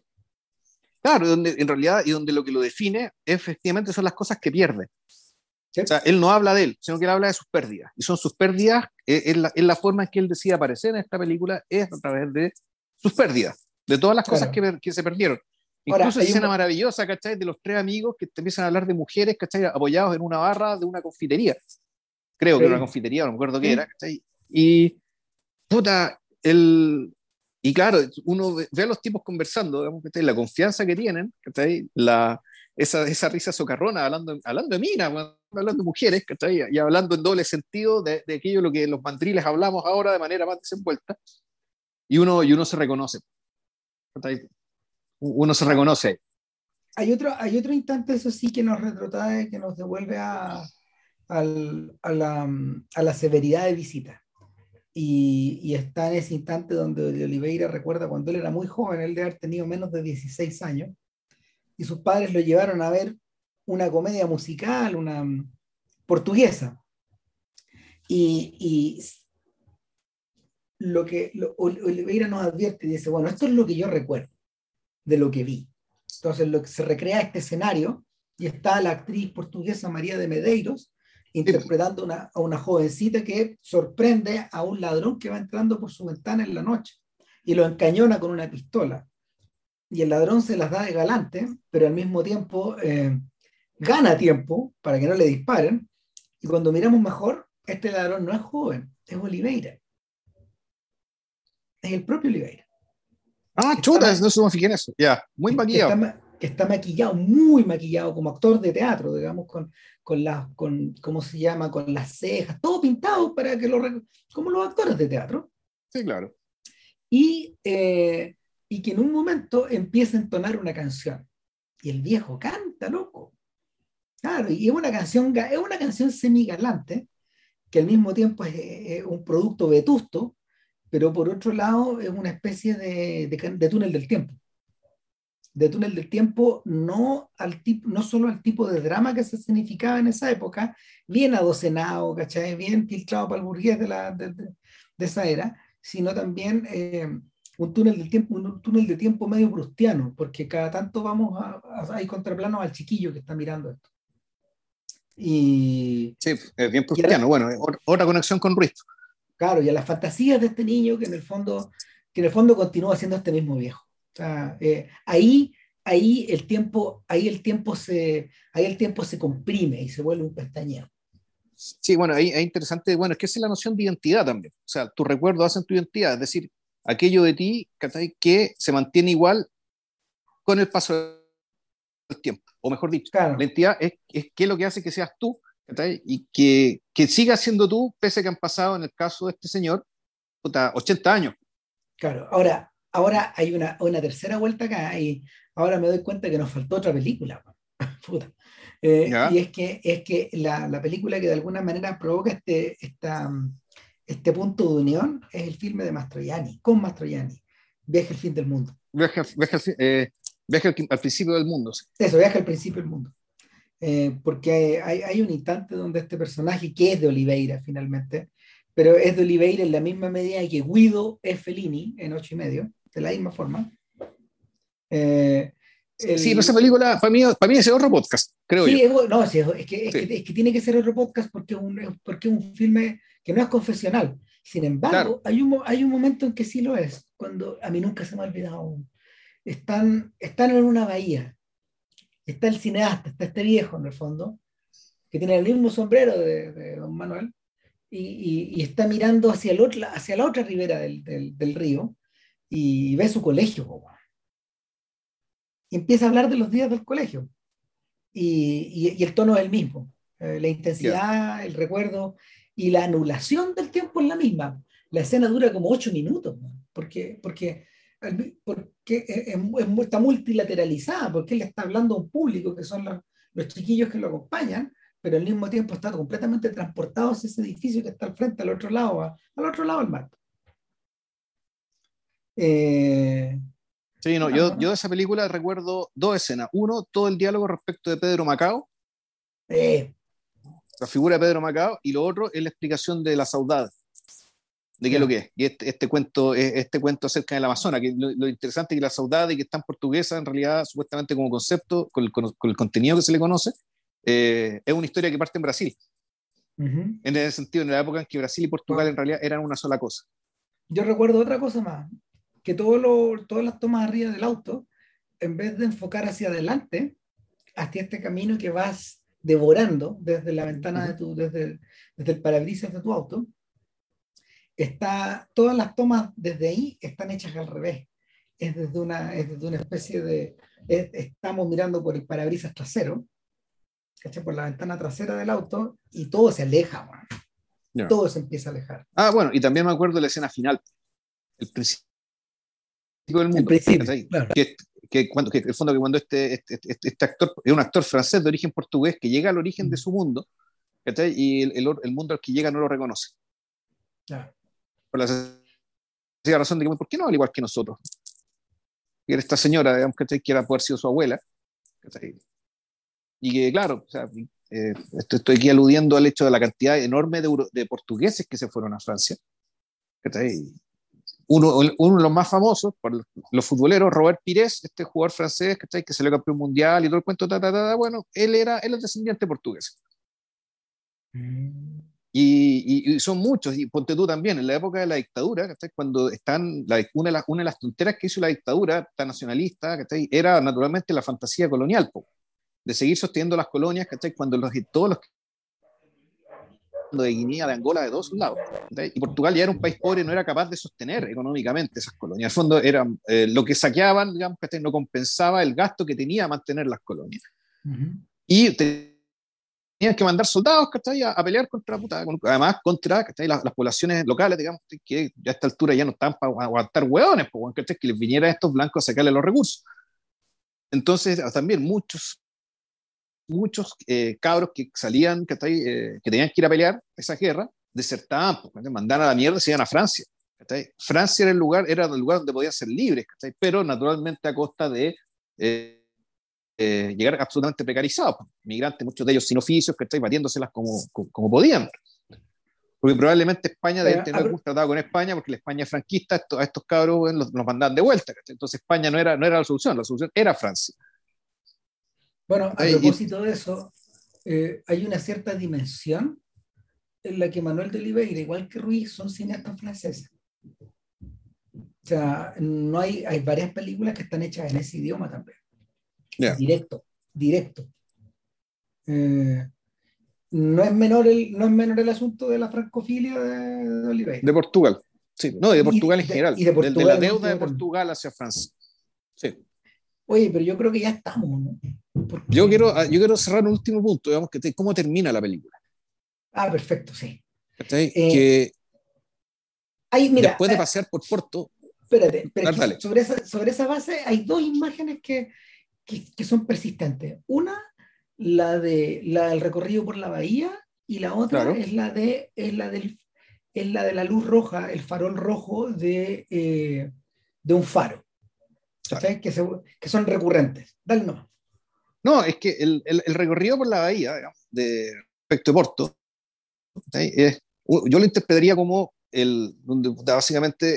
Claro, donde en realidad y donde lo que lo define efectivamente son las cosas que pierde. ¿Sí? O sea, él no habla de él, sino que él habla de sus pérdidas. Y son sus pérdidas, eh, es, la, es la forma en que él decide aparecer en esta película, es a través de sus pérdidas, de todas las cosas Claro. que, que se perdieron. Ahora, Incluso esa hay un, escena maravillosa, ¿cachai? De los tres amigos que te empiezan a hablar de mujeres, ¿cachai? Apoyados en una barra de una confitería. Creo que era una sí, confitería, no me acuerdo qué era, sí, ¿cachai? Y, puta, el... Y claro, uno ve, ve a los tipos conversando, digamos, ¿cachai? La confianza que tienen, ¿cachai? La, esa, esa risa socarrona, hablando, hablando de minas, bueno, hablando de mujeres, ¿cachai? Y hablando en doble sentido de, de aquello lo que los mandriles hablamos ahora de manera más desenvuelta, y uno, y uno se reconoce, ¿cachai? Uno se claro. reconoce. Hay otro, hay otro instante, eso sí, que nos retrotrae, que nos devuelve a, al- a la, a la severidad de visita. Y, y está en ese instante donde Oliveira recuerda cuando él era muy joven, él de haber tenido menos de dieciséis años, y sus padres lo llevaron a ver una comedia musical, una mm, portuguesa. Y, y lo que lo- Oliveira nos advierte y dice, bueno, esto es lo que yo recuerdo de lo que vi. Entonces lo que se recrea este escenario y está la actriz portuguesa María de Medeiros Sí, interpretando una, a una jovencita que sorprende a un ladrón que va entrando por su ventana en la noche y lo encañona con una pistola. Y el ladrón se las da de galante, pero al mismo tiempo eh, gana tiempo para que no le disparen. Y cuando miramos mejor, este ladrón no es joven, es Oliveira, es el propio Oliveira, ah, que está, chuta, no se me fijé en eso. Ya, muy que, que maquillado. está, que está maquillado, muy maquillado, como actor de teatro, digamos, con, con las, con, ¿cómo se llama? Con las cejas, todo pintado para que lo, como los actores de teatro. Sí, claro. Y, eh, y que en un momento empieza a entonar una canción. Y el viejo canta, loco. Claro, y es una canción, es una canción semigalante, que al mismo tiempo es, es un producto vetusto, pero por otro lado es una especie de, de, de túnel del tiempo. de túnel del tiempo, no, al tipo, no solo al tipo de drama que se significaba en esa época, bien adocenado, ¿cachai? Bien filtrado para el burgués de, la, de, de, de esa era, sino también eh, un túnel del tiempo, un túnel de tiempo medio prustiano, porque cada tanto vamos a, a, hay contraplanos al chiquillo que está mirando esto. Y, Sí, es bien y ahora, prustiano. Bueno, otra conexión con Ruiz. claro, y a las fantasías de este niño que en el fondo, que en el fondo continúa siendo este mismo viejo. O sea, eh, ahí, ahí el tiempo, ahí el tiempo se, ahí el tiempo se comprime y se vuelve un pestañeo. Sí, bueno, ahí es interesante, bueno, es que esa es la noción de identidad también. O sea, tus recuerdos hacen tu identidad, es decir, aquello de ti, ¿cachai? Que se mantiene igual con el paso del tiempo. O mejor dicho, la Claro, identidad es, es qué es lo que hace que seas tú, ¿cachai? Y que, que sigas siendo tú, pese a que han pasado, en el caso de este señor, puta, ochenta años. claro. Ahora, ahora hay una, una tercera vuelta acá y ahora me doy cuenta que nos faltó otra película. Puta. Eh, y ¿Ya? es que, es que la, la película que de alguna manera provoca este, esta, este punto de unión es el filme de Mastroianni, con Mastroianni, Viaje al fin del mundo. Viaje, viaje, eh, viaje al, al, principio del mundo. Sí. Eso, Viaje al principio del mundo. Eh, porque hay, hay, un instante donde este personaje, que es de Oliveira finalmente, pero es de Oliveira en la misma medida que Guido es Fellini en ocho y medio, de la misma forma. Eh, Sí, pero esa el, película, para mí, para mí es otro podcast, creo yo. sí, es, no, sí, es, que, es, que, Sí, es que tiene que ser otro podcast porque es un, porque es un filme que no es confesional. Sin claro. embargo, hay un, hay un momento en que sí lo es, cuando a mí nunca se me ha olvidado. Están, están en una bahía, está el cineasta, está este viejo en el fondo, que tiene el mismo sombrero de, de don Manuel, y, y, y, está mirando hacia, el otro, hacia la otra ribera del, del, del río y ve su colegio, po, y empieza a hablar de los días del colegio. Y, y, y el tono es el mismo. Eh, la Yeah. intensidad, el recuerdo y la anulación del tiempo es la misma. La escena dura como ocho minutos, ¿no? porque, porque, porque es, es, está multilateralizada, porque él está hablando a un público que son los, los chiquillos que lo acompañan, pero al mismo tiempo está completamente transportado hacia ese edificio que está al frente, al otro lado, a, al otro lado del mar. Eh, Sí, no, bueno, yo, yo bueno. de esa película recuerdo dos escenas. Uno, todo el diálogo respecto de Pedro Macao, Eh, la figura de Pedro Macao, y lo otro es la explicación de la saudade, de qué es lo ya, que es. Y este, este cuento este cuento acerca del Amazonas, que lo, lo interesante es que la saudade, que está en portuguesa, en realidad, supuestamente como concepto, con el, con el contenido que se le conoce, eh, es una historia que parte en Brasil. uh-huh. En ese sentido, en la época en que Brasil y Portugal en realidad eran una sola cosa. Yo recuerdo otra cosa más, que todo lo, todas las tomas arriba del auto, en vez de enfocar hacia adelante, hacia este camino que vas devorando desde la ventana de Uh-huh. tu, desde, desde el parabrisas de tu auto, está, todas las tomas desde ahí están hechas al revés. Es desde una, es desde una especie de, es, estamos mirando por el parabrisas trasero, ¿cachai? Por la ventana trasera del auto, y todo se aleja, man. Yeah. Todo se empieza a alejar. Ah, bueno, y también me acuerdo de la escena final, el principio del El mundo, principio, ¿cachai? claro. Que, que, cuando, que el fondo que cuando este, este, este, este actor es un actor francés de origen portugués que llega al origen de Mm, su mundo, ¿cachai? Y el, el, el mundo al que llega no lo reconoce. ya. Por la sencilla razón de que, ¿por qué no al igual que nosotros? Y era esta señora, digamos, ¿cachai? Que era poder sido su abuela, ¿cachai? Y que, claro, o sea, eh, esto, estoy aquí aludiendo al hecho de la cantidad enorme de, euro, de portugueses que se fueron a Francia, ¿cachai? Uno, uno de los más famosos, por los futboleros, Robert Pires, este jugador francés, ¿cachai? Que salió campeón mundial y todo el cuento, ta, ta, ta, bueno, él era, él es descendiente portugués. Mm, Y, y, y, son muchos, y ponte tú también, en la época de la dictadura, ¿cachai? Cuando están, la, una, de las, una de las tonteras que hizo la dictadura tan nacionalista, ¿cachai? Era naturalmente la fantasía colonial, po, de seguir sosteniendo las colonias, ¿cachai? Cuando los, todos los de Guinea, de Angola, de todos lados. ¿Entendés? Y Portugal ya era un país pobre y no era capaz de sostener económicamente esas colonias. Al fondo, era, eh, lo que saqueaban, digamos, que no compensaba el gasto que tenía mantener las colonias. uh-huh. Y tenían que mandar soldados, ¿cachai? A, a pelear contra, puta, además contra, ¿cachai? Las, las poblaciones locales, digamos, que ya a esta altura ya no están para aguantar hueones, ¿cachai? Que les viniera a estos blancos a sacarle los recursos. Entonces, también muchos muchos eh, cabros que salían, que, eh, que tenían que ir a pelear esa guerra, desertaban, pues, mandaban a la mierda y se iban a Francia. ¿Cachai? Francia era el lugar, era el lugar donde podían ser libres, ¿cachai? Pero naturalmente a costa de eh, eh, llegar absolutamente precarizados, migrantes, muchos de ellos sin oficios, que estáis batiéndoselas como, como, como podían. Porque probablemente España debe tener algún tratado con España, porque la España franquista esto, a estos cabros los, los mandaban de vuelta. ¿Cachai? Entonces España no era, no era la solución, la solución era Francia. Bueno, a ¿Cachai? propósito de eso, eh, hay una cierta dimensión en la que Manuel de Oliveira, igual que Ruiz, son cineastas franceses. O sea, no hay, hay varias películas que están hechas en ese idioma también. Yeah. Directo, directo. Eh, no es menor el, no es menor el asunto de la francofilia de, de Oliveira. De Portugal. Sí, no, y de Portugal y, en de, general. y de, de, de la deuda de también. Portugal hacia Francia. Sí. Oye, pero yo creo que ya estamos, ¿no? Porque... Yo, quiero, yo quiero cerrar un último punto, digamos, que te, cómo termina la película. Ah, perfecto, sí. ¿Cachai? Eh, que hay, mira, después de eh, pasear por Porto... Espérate, pero dale, es que dale. sobre, esa, sobre esa base hay dos imágenes que, que, que son persistentes. Una, la, de, la del recorrido por la bahía, y la otra Claro. es, la de, es, la del, es la de la luz roja, el farol rojo de, eh, de un faro. Claro. Que, se, que son recurrentes. Dale nomás. No, es que el, el, el recorrido por la bahía, digamos, de respecto de Porto, es, yo lo interpretaría como el, donde básicamente,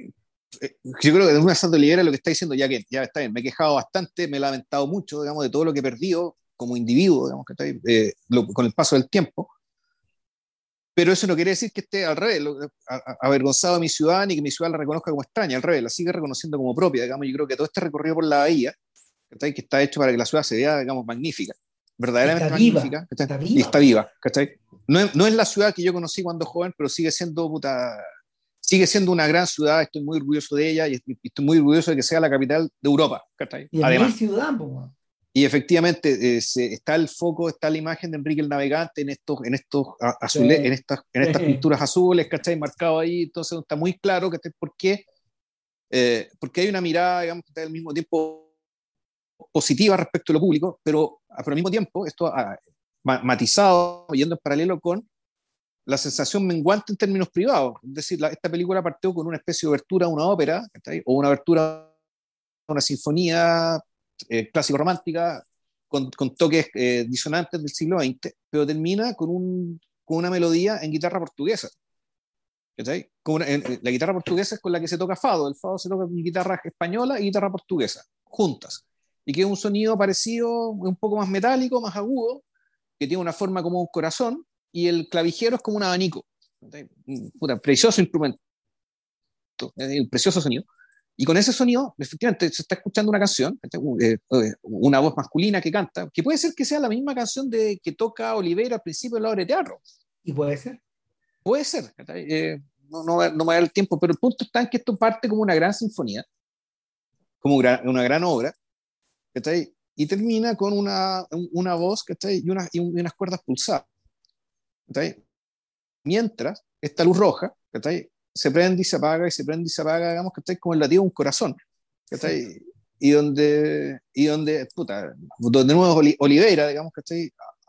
yo creo que de una Santa Olivera lo que está diciendo, ya que ya está bien, me he quejado bastante, me he lamentado mucho, digamos, de todo lo que he perdido como individuo, digamos, que está ahí, eh, lo, con el paso del tiempo, pero eso no quiere decir que esté al revés, lo, a, a, avergonzado de mi ciudad, ni que mi ciudad la reconozca como extraña, al revés, la sigue reconociendo como propia, digamos. Yo creo que todo este recorrido por la bahía, ¿cachai? Que está hecho para que la ciudad se vea, digamos, magnífica, verdaderamente está magnífica, viva, está viva, y está viva, ¿cachai? No es, no es la ciudad que yo conocí cuando joven, pero sigue siendo, puta, sigue siendo una gran ciudad, estoy muy orgulloso de ella, y estoy muy orgulloso de que sea la capital de Europa, ¿cachai? Y en Además. mi ciudad, pues. Y efectivamente eh, se, está el foco, está la imagen de Enrique el Navegante en estos, en estos azules, sí. en estas, en estas pinturas azules, ¿cachai? Marcado ahí, entonces está muy claro, ¿cachai? ¿Por qué? Eh, porque hay una mirada, digamos, que está al mismo tiempo positiva respecto a lo público, pero, pero al mismo tiempo esto ha matizado, yendo en paralelo con la sensación menguante en términos privados. Es decir, la, esta película partió con una especie de obertura a una ópera, ¿cachai? O una obertura a una sinfonía eh, clásico-romántica con, con toques eh, disonantes del siglo veinte, pero termina con, un, con una melodía en guitarra portuguesa. Con una, en, la guitarra portuguesa es con la que se toca fado, el fado se toca con guitarra española y guitarra portuguesa, juntas, y que es un sonido parecido, un poco más metálico, más agudo, que tiene una forma como un corazón, y el clavijero es como un abanico. Puta, precioso instrumento, el precioso sonido. Y con ese sonido, efectivamente, se está escuchando una canción, una voz masculina que canta, que puede ser que sea la misma canción de, que toca Oliveira al principio de la obra de teatro. ¿Y puede ser? Puede ser. Eh, no, no, no me da el tiempo, pero el punto está en que esto parte como una gran sinfonía, como una gran obra, ¿cachai? Y termina con una, una voz, ¿cachai? Y, una, y unas cuerdas pulsadas, ¿cachai? Mientras esta luz roja, ¿cachai? Se prende y se apaga y se prende y se apaga, digamos, que estáis como el latido de un corazón, sí. y donde, y donde, puta, donde nuevo Oliveira, digamos, que estáis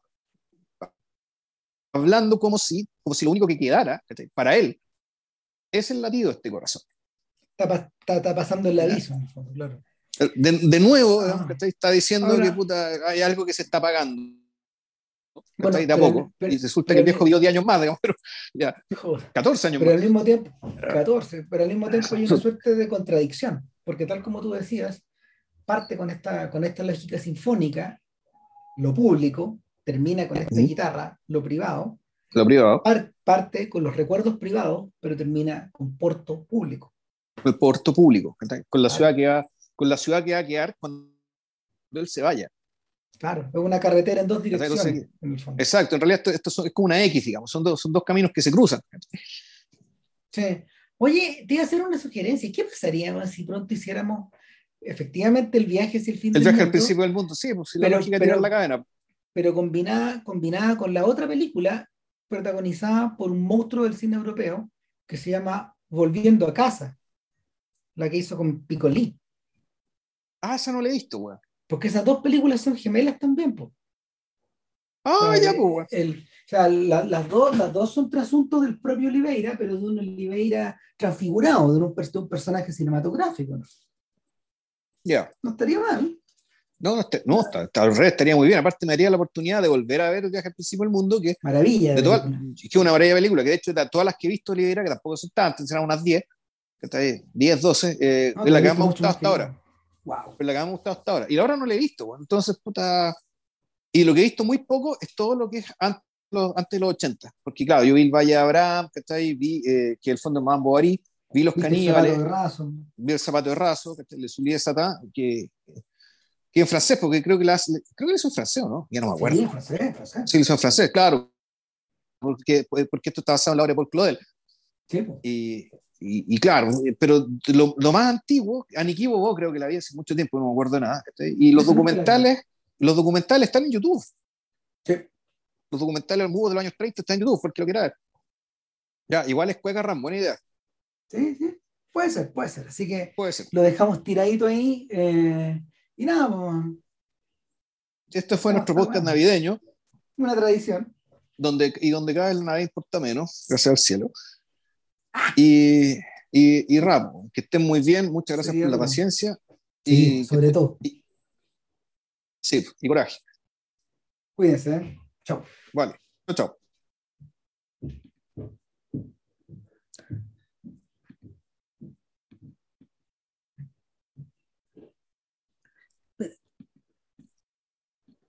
hablando como si, como si lo único que quedara, ¿cachai? Para él, es el latido de este corazón. Está, está, está pasando el aviso, en el fondo, claro. De, de nuevo, ah. digamos, ¿cachai? Está diciendo Ahora, que, puta, hay algo que se está apagando. Bueno, de a poco, pero, y resulta pero, que el viejo vivió diez años más, digamos, pero ya, catorce años pero más. Al mismo tiempo, catorce, pero al mismo tiempo hay una suerte de contradicción, porque tal como tú decías, parte con esta, con esta lógica sinfónica, lo público, termina con esta ¿Mm? guitarra, lo privado, lo privado. Par, parte con los recuerdos privados, pero termina con Porto público. El Porto público, con la, ciudad que va, con la ciudad que va a quedar cuando él se vaya. Claro, es una carretera en dos direcciones. Entonces, en el fondo. Exacto, en realidad esto, esto son, es como una X, digamos, son dos, son dos caminos que se cruzan. Sí. Oye, te iba a hacer una sugerencia. ¿Qué pasaría si pronto hiciéramos efectivamente el viaje hacia el fin el del viaje mundo? al principio del mundo, sí, pues si pero, la lógica pero, tirar la cadena. Pero combinada, combinada con la otra película protagonizada por un monstruo del cine europeo que se llama Volviendo a casa, la que hizo con Picolí. Ah, esa no la he visto, weón. Porque esas dos películas son gemelas también, pues. Ah, o sea, ya, pues. El, el, o sea, la, las, dos, las dos son trasuntos del propio Oliveira, pero de un Oliveira transfigurado, de un, de un personaje cinematográfico, ¿no? Ya. Yeah. No estaría mal. No, no, está, no está, está, al revés, estaría muy bien. Aparte, me daría la oportunidad de volver a ver el viaje al principio del mundo, que Maravilla de de todas, película. que es una maravilla de película, que de hecho de todas las que he visto, Libera, que tampoco son tantas, serán unas diez, que está ahí, diez, doce, eh, No, es tú la has que más visto me ha mucho gustado más hasta que ahora. yo. Wow. Es la que más me ha gustado hasta ahora. Y la hora no la he visto, bueno, entonces, puta. Y lo que he visto muy poco es todo lo que es antes, los, antes de los ochenta. Porque, claro, yo vi el Valle de Abraham, ¿cachai? Vi eh, que el fondo de Mambo Bovary, vi Los ¿Viste el zapato Caníbales, de raso? vi El Zapato de Raso, ¿cachai? Le Soulier Satan, que, que en francés, porque creo que la hace- creo que es un francés, ¿o no? Ya no me Sí, acuerdo. en francés, en francés. Sí, lo hizo en francés, claro, porque, porque esto está basado en la obra de Paul Claudel. Sí, po. Y, y, y claro, pero lo, lo, más antiguo, Aniki Bobo creo que la vi hace mucho tiempo, no me acuerdo de nada. ¿Cachai? Y los Ese nunca la vi. documentales, los documentales están en YouTube. Sí, Los documentales del mundo de los años treinta están en YouTube, porque lo quiera ver. Ya, igual es Cueca Ram, buena idea. sí, sí. Puede ser, puede ser. Así que Puede ser. lo dejamos tiradito ahí. eh, y nada, pues, Este fue ¿cómo nuestro está, podcast weón? navideño, Una tradición. donde, y donde cada vez la Navidad importa menos, gracias al cielo. Y, y, y Ramo, que estén muy bien, muchas gracias por Sería la todo. paciencia Sí, pues, y que sobre esté, todo. y, sí, y coraje. Cuídense, ¿eh? Chao. Vale, chao, chao.